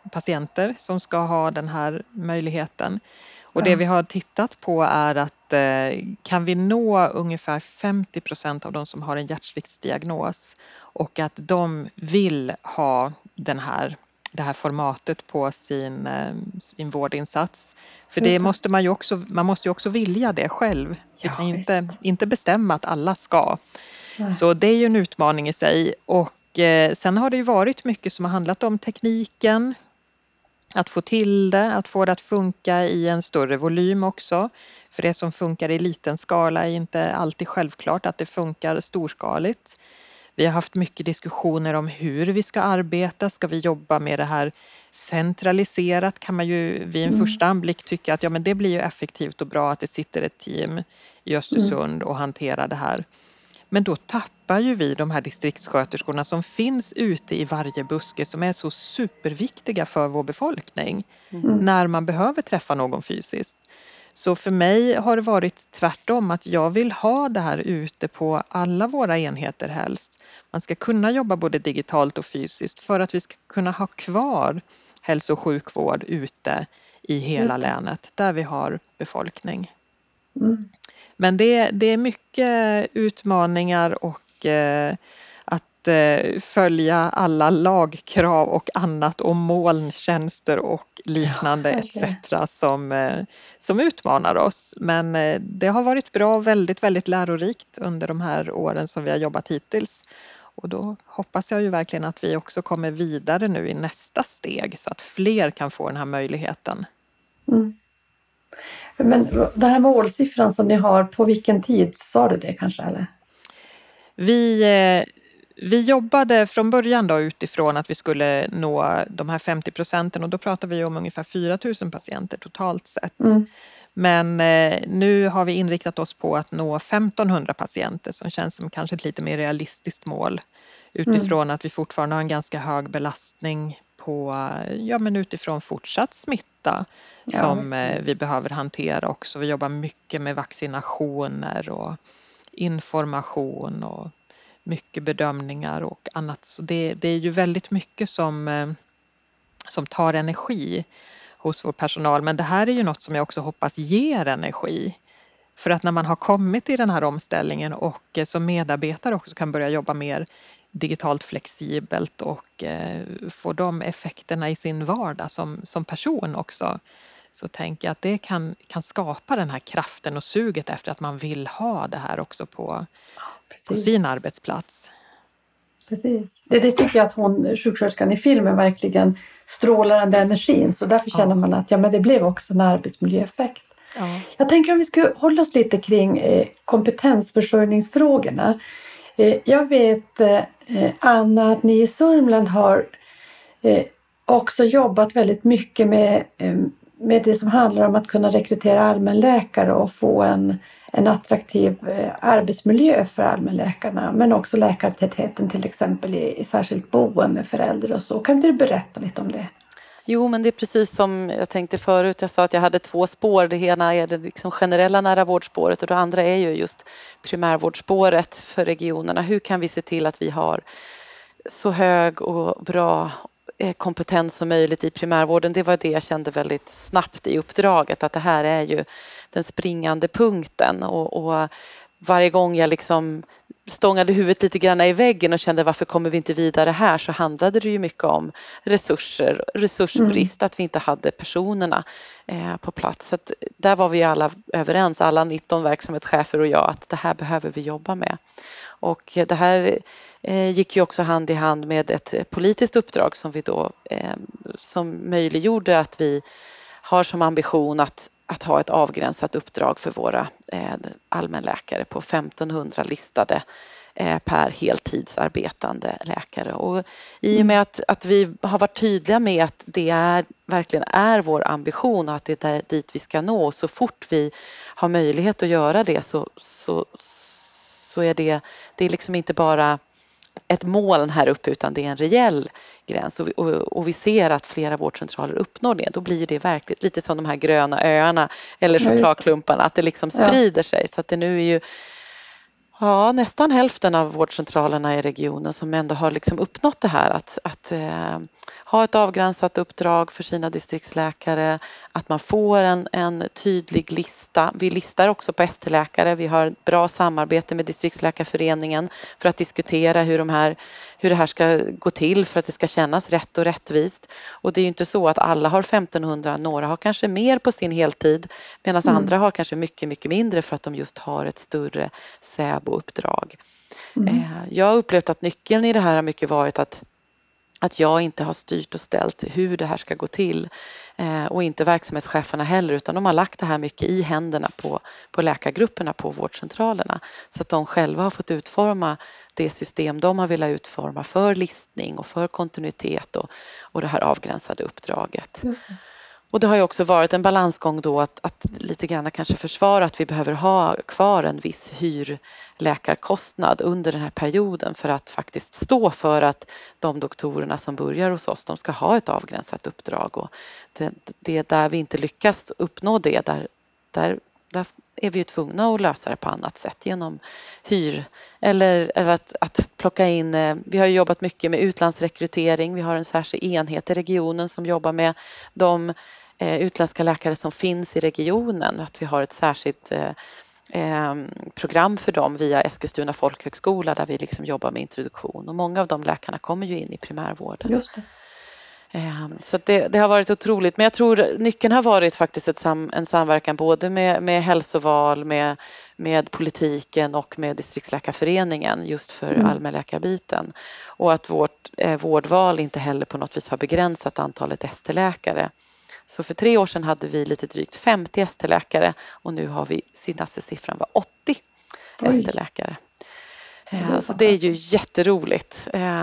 patienter som ska ha den här möjligheten. Och det vi har tittat på är att kan vi nå ungefär 50% av de som har en hjärtsviktsdiagnos och att de vill ha det här formatet på sin vårdinsats. För det måste man måste ju också vilja det själv. Vi kan ju inte bestämma att alla ska. Nej. Så det är ju en utmaning i sig. Och sen har det ju varit mycket som har handlat om tekniken. Att få till det, att få det att funka i en större volym också. För det som funkar i liten skala är inte alltid självklart att det funkar storskaligt. Vi har haft mycket diskussioner om hur vi ska arbeta. Ska vi jobba med det här centraliserat? Kan man ju vid en första anblick tycka att men det blir ju effektivt och bra att det sitter ett team i Östersund och hanterar det här. Men då tappar ju vi de här distriktssköterskorna som finns ute i varje buske som är så superviktiga för vår befolkning när man behöver träffa någon fysiskt. Så för mig har det varit tvärtom att jag vill ha det här ute på alla våra enheter helst. Man ska kunna jobba både digitalt och fysiskt för att vi ska kunna ha kvar hälso- och sjukvård ute i hela länet där vi har befolkning. Men det är mycket utmaningar och att följa alla lagkrav och annat och molntjänster och liknande etc. som utmanar oss. Men det har varit bra och väldigt, väldigt lärorikt under de här åren som vi har jobbat hittills. Och då hoppas jag ju verkligen att vi också kommer vidare nu i nästa steg så att fler kan få den här möjligheten. Men den här målsiffran som ni har, på vilken tid sa du det kanske? Eller? Vi jobbade från början då utifrån att vi skulle nå de här 50% och då pratar vi om ungefär 4 000 patienter totalt sett. Men nu har vi inriktat oss på att nå 1500 patienter som känns som kanske ett lite mer realistiskt mål utifrån att vi fortfarande har en ganska hög belastning på, men utifrån fortsatt smitta som vi behöver hantera också. Vi jobbar mycket med vaccinationer och information och mycket bedömningar och annat. Så det är ju väldigt mycket som tar energi hos vår personal. Men det här är ju något som jag också hoppas ger energi. För att när man har kommit i den här omställningen och som medarbetare också kan börja jobba mer digitalt flexibelt och få de effekterna i sin vardag som person också. Så tänker jag att det kan skapa den här kraften och suget efter att man vill ha det här också på sin arbetsplats. Precis. Det tycker jag att sjuksköterskan i filmen verkligen strålar den energin. Så därför känner man att det blev också en arbetsmiljöeffekt. Ja. Jag tänker om vi ska hålla oss lite kring kompetensförsörjningsfrågorna. Jag vet, Anna, att ni i Sörmland har också jobbat väldigt mycket med det som handlar om att kunna rekrytera allmänläkare och få en attraktiv arbetsmiljö för allmänläkarna. Men också läkartätheten till exempel i särskilt boende för äldre och så. Kan inte du berätta lite om det? Jo, men det är precis som jag tänkte förut. Jag sa att jag hade 2 spår. Det ena är det liksom generella nära vårdspåret och det andra är ju just primärvårdsspåret för regionerna. Hur kan vi se till att vi har så hög och bra kompetens som möjligt i primärvården? Det var det jag kände väldigt snabbt i uppdraget, att det här är ju den springande punkten och varje gång jag liksom stångade huvudet lite grann i väggen och kände varför kommer vi inte vidare här, så handlade det ju mycket om resursbrist, att vi inte hade personerna på plats. Så att där var vi alla överens, alla 19 verksamhetschefer och jag, att det här behöver vi jobba med. Och det här gick ju också hand i hand med ett politiskt uppdrag som vi då som möjliggjorde att vi har som ambition att ha ett avgränsat uppdrag för våra allmänläkare på 1500 listade per heltidsarbetande läkare. Och i och med att vi har varit tydliga med att det verkligen är vår ambition och att det är dit vi ska nå, så fort vi har möjlighet att göra det så är det är liksom inte bara ett moln här uppe, utan det är en reell gräns och vi ser att flera vårdcentraler uppnår det. Då blir det verkligen lite som de här gröna öarna eller chokladklumparna, att det liksom sprider sig. Så att det nu är ju Ja, nästan hälften av vårdcentralerna i regionen som ändå har liksom uppnått det här att ha ett avgränsat uppdrag för sina distriktsläkare, att man får en tydlig lista. Vi listar också på ST-läkare. Vi har ett bra samarbete med distriktsläkarföreningen för att diskutera hur det här ska gå till för att det ska kännas rätt och rättvist. Och det är ju inte så att alla har 1500, några har kanske mer på sin heltid medan andra har kanske mycket, mycket mindre för att de just har ett större SÄBO-uppdrag. Jag har upplevt att nyckeln i det här har mycket varit att jag inte har styrt och ställt hur det här ska gå till och inte verksamhetscheferna heller, utan de har lagt det här mycket i händerna på läkargrupperna på vårdcentralerna så att de själva har fått utforma det system de har velat utforma för listning och för kontinuitet och det här avgränsade uppdraget. Just det. Och det har ju också varit en balansgång då att lite grann kanske försvara att vi behöver ha kvar en viss hyrläkarkostnad under den här perioden för att faktiskt stå för att de doktorerna som börjar hos oss, de ska ha ett avgränsat uppdrag. Och det är där vi inte lyckas uppnå det, där är vi ju tvungna att lösa det på annat sätt genom hyr eller att plocka in. Vi har jobbat mycket med utlandsrekrytering. Vi har en särskild enhet i regionen som jobbar med de utländska läkare som finns i regionen. Att vi har ett särskilt program för dem via Eskilstuna folkhögskola där vi liksom jobbar med introduktion. Och många av de läkarna kommer ju in i primärvården. Just det. Så det har varit otroligt. Men jag tror nyckeln har varit faktiskt en samverkan både med hälsoval, med politiken och med distriktsläkarföreningen just för allmänläkarbiten. Och att vårt vårdval inte heller på något vis har begränsat antalet ST-läkare. Så för 3 år sedan hade vi lite drygt 50 ST-läkare och nu har vi senaste siffran var 80 ST-läkare. Så det är ju jätteroligt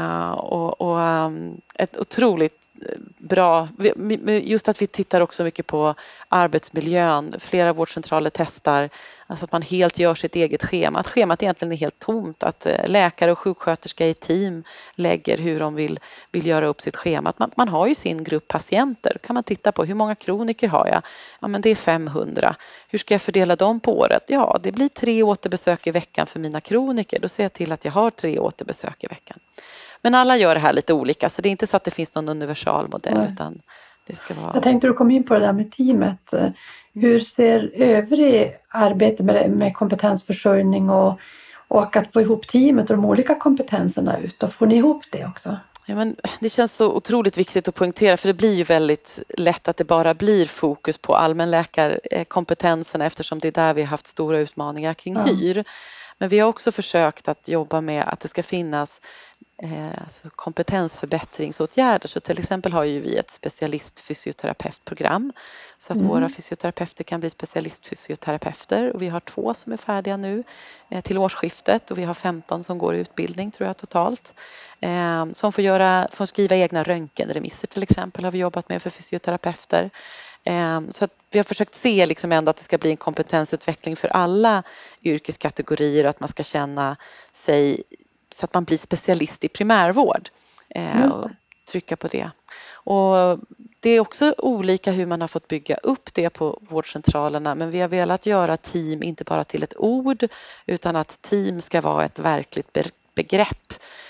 och ett otroligt bra, just att vi tittar också mycket på arbetsmiljön. Flera vårdcentraler testar alltså att man helt gör sitt eget schema. Att schemat egentligen är helt tomt. Att läkare och sjuksköterska i team lägger hur de vill göra upp sitt schema. Att man har ju sin grupp patienter. Då kan man titta på hur många kroniker har jag? Ja, men det är 500. Hur ska jag fördela dem på året? Ja, det blir 3 återbesök i veckan för mina kroniker. Då ser jag till att jag har 3 återbesök i veckan. Men alla gör det här lite olika, så det är inte så att det finns någon universalmodell utan det ska vara... Jag tänkte du kom in på det där med teamet. Hur ser övrig arbete med kompetensförsörjning och att få ihop teamet och de olika kompetenserna ut? Och får ni ihop det också? Ja, men det känns så otroligt viktigt att poängtera för det blir ju väldigt lätt att det bara blir fokus på allmänläkarkompetenserna eftersom det är där vi har haft stora utmaningar kring hyr. Men vi har också försökt att jobba med att det ska finnas alltså kompetensförbättringsåtgärder. Så till exempel har ju vi ett specialistfysioterapeutprogram så att våra fysioterapeuter kan bli specialistfysioterapeuter och vi har 2 som är färdiga nu till årsskiftet och vi har 15 som går i utbildning tror jag totalt. Som får skriva egna röntgenremisser till exempel har vi jobbat med för fysioterapeuter. Så att vi har försökt se liksom ändå att det ska bli en kompetensutveckling för alla yrkeskategorier och att man ska känna sig så att man blir specialist i primärvård och trycka på det. Och det är också olika hur man har fått bygga upp det på vårdcentralerna men vi har velat göra team inte bara till ett ord utan att team ska vara ett verkligt begrepp.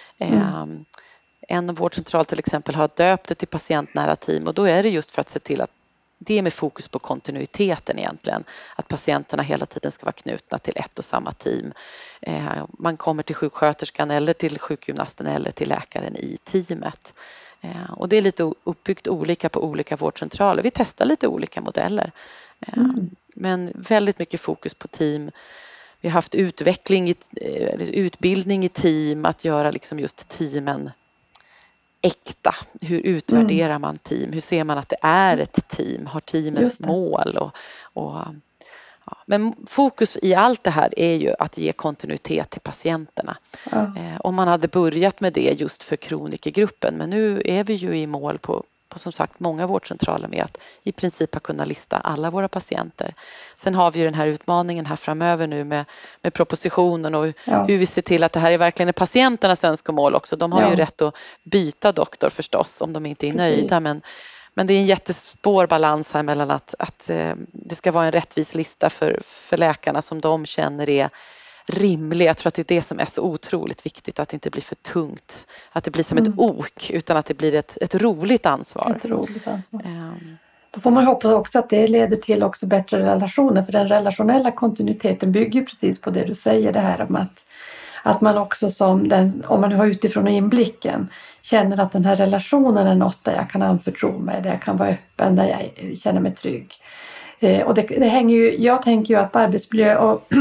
En vårdcentral till exempel har döpt det till patientnära team och då är det just för att se till att det är med fokus på kontinuiteten egentligen. Att patienterna hela tiden ska vara knutna till ett och samma team. Man kommer till sjuksköterskan eller till sjukgymnasten eller till läkaren i teamet. Och det är lite uppbyggt olika på olika vårdcentraler. Vi testar lite olika modeller. Men väldigt mycket fokus på team. Vi har haft utbildning i team att göra liksom just teamen äkta. Hur utvärderar man team? Hur ser man att det är ett team? Har teamet mål? Men fokus i allt det här är ju att ge kontinuitet till patienterna. Om man hade börjat med det just för kronikergruppen. Men nu är vi ju i mål på som sagt många vårdcentraler med att i princip ha kunnat lista alla våra patienter. Sen har vi ju den här utmaningen här framöver nu med propositionen och hur vi ser till att det här är verkligen patienternas önskemål också. De har ju rätt att byta doktor förstås om de inte är nöjda men det är en jättespår balans här mellan att det ska vara en rättvis lista för läkarna som de känner är rimlig. Jag tror att det är det som är så otroligt viktigt, att det inte blir för tungt. Att det blir som ett ok, utan att det blir ett roligt ansvar. Ett roligt ansvar. Då får man hoppas också att det leder till också bättre relationer, för den relationella kontinuiteten bygger precis på det du säger, det här om att man också som den, om man har utifrån inblicken, känner att den här relationen är något där jag kan anförtro mig, där jag kan vara öppen, där jag känner mig trygg. Och det hänger ju, jag tänker ju att arbetsmiljö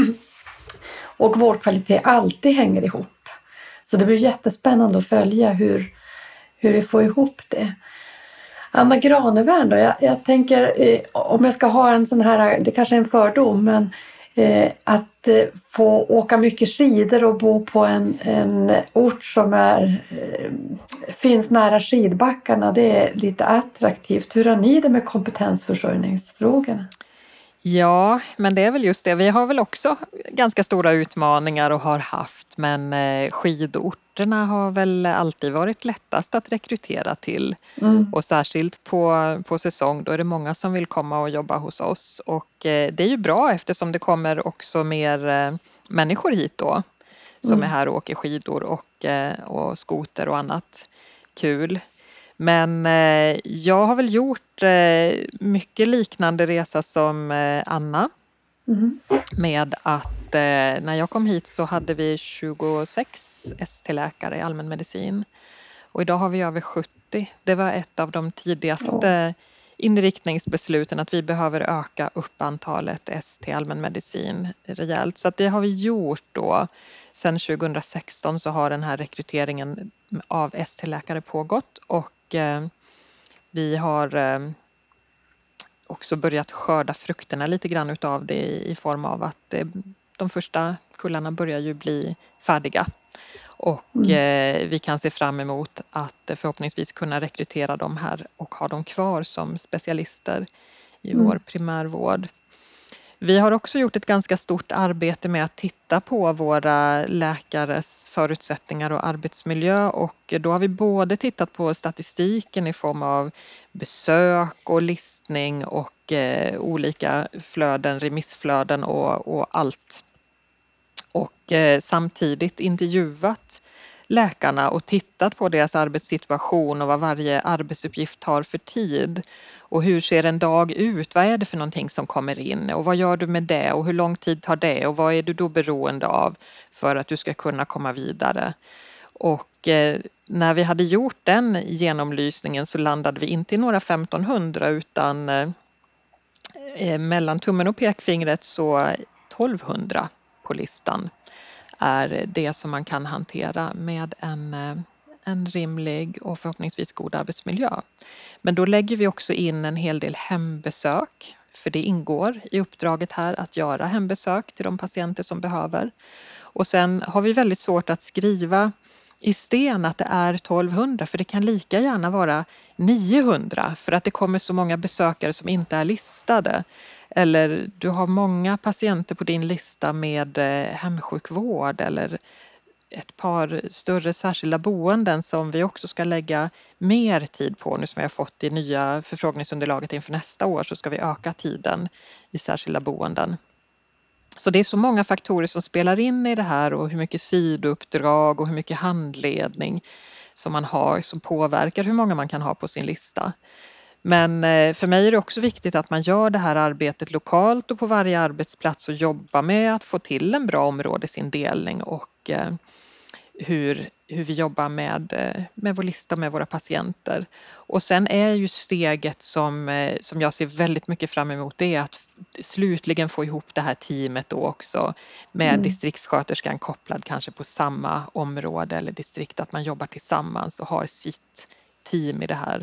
och vårdkvalitet alltid hänger ihop. Så det blir jättespännande att följa hur vi får ihop det. Anna Granevärn då, jag tänker om jag ska ha en sån här, det kanske är en fördom, men att få åka mycket skidor och bo på en ort som finns nära skidbackarna, det är lite attraktivt. Hur har ni det med kompetensförsörjningsfrågorna? Ja, men det är väl just det. Vi har väl också ganska stora utmaningar och har haft, men skidorterna har väl alltid varit lättast att rekrytera till. Och särskilt på säsong, då är det många som vill komma och jobba hos oss. Och det är ju bra, eftersom det kommer också mer människor hit då som är här och åker skidor och skoter och annat kul. Men jag har väl gjort mycket liknande resa som Anna. Med att när jag kom hit så hade vi 26 ST-läkare i allmänmedicin. Och idag har vi över 70. Det var ett av de tidigaste inriktningsbesluten, att vi behöver öka upp antalet ST allmänmedicin rejält. Så att det har vi gjort då. Sen 2016 så har den här rekryteringen av ST-läkare pågått, och vi har också börjat skörda frukterna lite grann utav det i form av att de första kullarna börjar ju bli färdiga. Och vi kan se fram emot att förhoppningsvis kunna rekrytera dem här och ha dem kvar som specialister i vår primärvård. Vi har också gjort ett ganska stort arbete med att titta på våra läkares förutsättningar och arbetsmiljö, och då har vi både tittat på statistiken i form av besök och listning och olika flöden, remissflöden och allt. Och samtidigt intervjuat läkarna och tittat på deras arbetssituation och vad varje arbetsuppgift tar för tid. Och hur ser en dag ut? Vad är det för någonting som kommer in? Och vad gör du med det? Och hur lång tid tar det? Och vad är du då beroende av för att du ska kunna komma vidare? Och när vi hade gjort den genomlysningen så landade vi inte i några 1500, utan mellan tummen och pekfingret så 1200 på listan är det som man kan hantera med en rimlig och förhoppningsvis god arbetsmiljö. Men då lägger vi också in en hel del hembesök, för det ingår i uppdraget här att göra hembesök till de patienter som behöver. Och sen har vi väldigt svårt att skriva i sten att det är 1200, för det kan lika gärna vara 900 för att det kommer så många besökare som inte är listade. Eller du har många patienter på din lista med hemsjukvård eller ett par större särskilda boenden som vi också ska lägga mer tid på. Nu som vi har fått i nya förfrågningsunderlaget inför nästa år så ska vi öka tiden i särskilda boenden. Så det är så många faktorer som spelar in i det här, och hur mycket sidouppdrag och hur mycket handledning som man har som påverkar hur många man kan ha på sin lista. Men för mig är det också viktigt att man gör det här arbetet lokalt och på varje arbetsplats och jobbar med att få till en bra områdesindelning och hur vi jobbar med vår lista med våra patienter. Och sen är ju steget som jag ser väldigt mycket fram emot, det är att slutligen få ihop det här teamet då också med distriktssköterskan kopplad kanske på samma område eller distrikt, att man jobbar tillsammans och har sitt team i det här.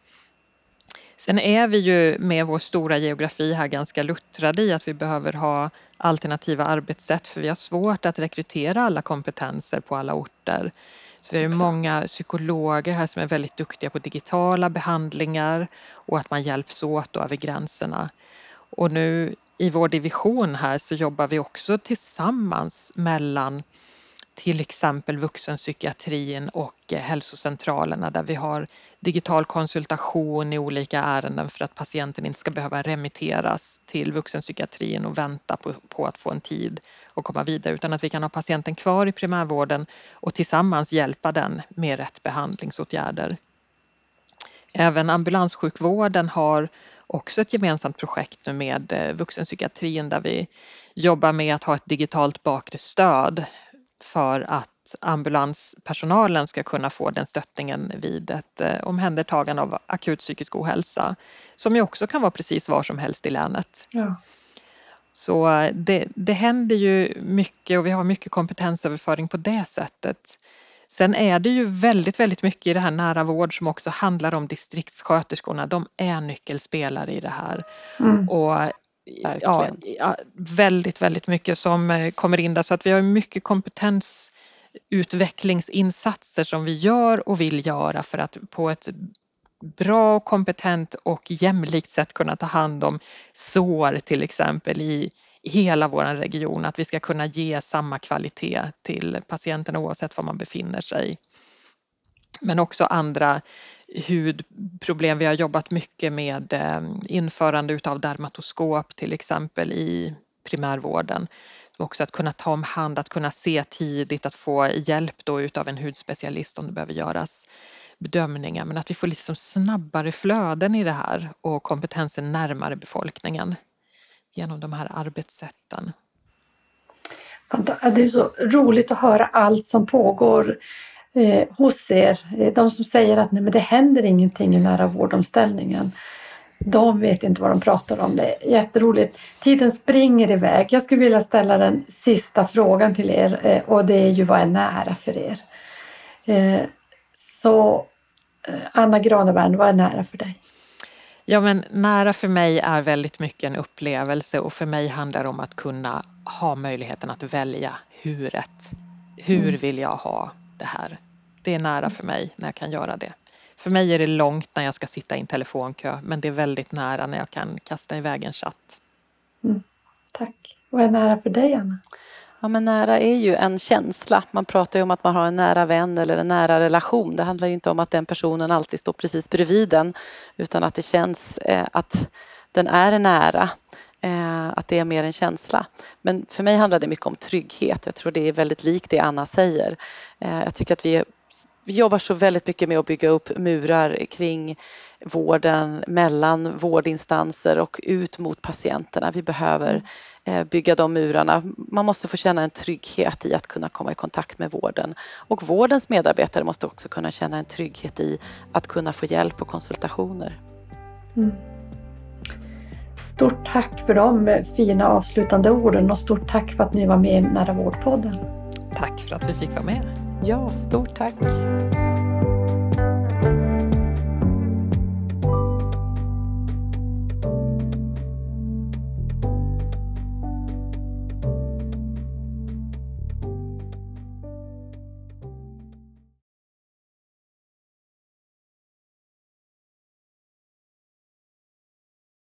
Sen är vi ju med vår stora geografi här ganska luttrade i att vi behöver ha alternativa arbetssätt, för vi har svårt att rekrytera alla kompetenser på alla orter. Så vi har många psykologer här som är väldigt duktiga på digitala behandlingar och att man hjälps åt då över gränserna. Och nu i vår division här så jobbar vi också tillsammans mellan till exempel vuxenpsykiatrin och hälsocentralerna där vi har digital konsultation i olika ärenden för att patienten inte ska behöva remitteras till vuxenpsykiatrin och vänta på att få en tid och komma vidare, utan att vi kan ha patienten kvar i primärvården och tillsammans hjälpa den med rätt behandlingsåtgärder. Även ambulanssjukvården har också ett gemensamt projekt nu med vuxenpsykiatrin där vi jobbar med att ha ett digitalt bakre stöd för att ambulanspersonalen ska kunna få den stöttningen vid ett omhändertagande av akut psykisk ohälsa, som ju också kan vara precis var som helst i länet. Ja. Så det händer ju mycket och vi har mycket kompetensöverföring på det sättet. Sen är det ju väldigt, väldigt mycket i det här nära vård som också handlar om distriktssköterskorna. De är nyckelspelare i det här. Och ja, väldigt, väldigt mycket som kommer in där. Så att vi har mycket kompetensutvecklingsinsatser som vi gör och vill göra för att på ett bra, kompetent och jämlikt sätt kunna ta hand om sår till exempel i hela vår region. Att vi ska kunna ge samma kvalitet till patienterna oavsett var man befinner sig. Men också andra hudproblem. Vi har jobbat mycket med införande utav dermatoskop till exempel i primärvården. Också att kunna ta om hand, att kunna se tidigt, att få hjälp då utav en hudspecialist om det behöver göras bedömningar. Men att vi får liksom snabbare flöden i det här och kompetensen närmare befolkningen genom de här arbetssätten. Det är så roligt att höra allt som pågår hos er. De som säger att nej, men det händer ingenting i nära vårdomställningen. De vet inte vad de pratar om. Det är jätteroligt. Tiden springer iväg. Jag skulle vilja ställa den sista frågan till er. Och det är ju vad är nära för er? Så Anna Granevärn, vad är nära för dig? Ja, men nära för mig är väldigt mycket en upplevelse och för mig handlar det om att kunna ha möjligheten att välja huret. Hur vill jag ha det här? Det är nära för mig när jag kan göra det. För mig är det långt när jag ska sitta i en telefonkö, men det är väldigt nära när jag kan kasta iväg en chatt. Tack. Vad är nära för dig, Anna? Ja, men nära är ju en känsla. Man pratar ju om att man har en nära vän eller en nära relation. Det handlar ju inte om att den personen alltid står precis bredvid den, utan att det känns att den är nära. Att det är mer en känsla. Men för mig handlar det mycket om trygghet. Jag tror det är väldigt likt det Anna säger. Jag tycker att vi jobbar så väldigt mycket med att bygga upp murar kring vården, mellan vårdinstanser och ut mot patienterna. Vi behöver bygga de murarna. Man måste få känna en trygghet i att kunna komma i kontakt med vården. Och vårdens medarbetare måste också kunna känna en trygghet i att kunna få hjälp och konsultationer. Stort tack för de fina avslutande orden och stort tack för att ni var med i Nära vårdpodden. Tack för att vi fick vara med. Ja, stort tack.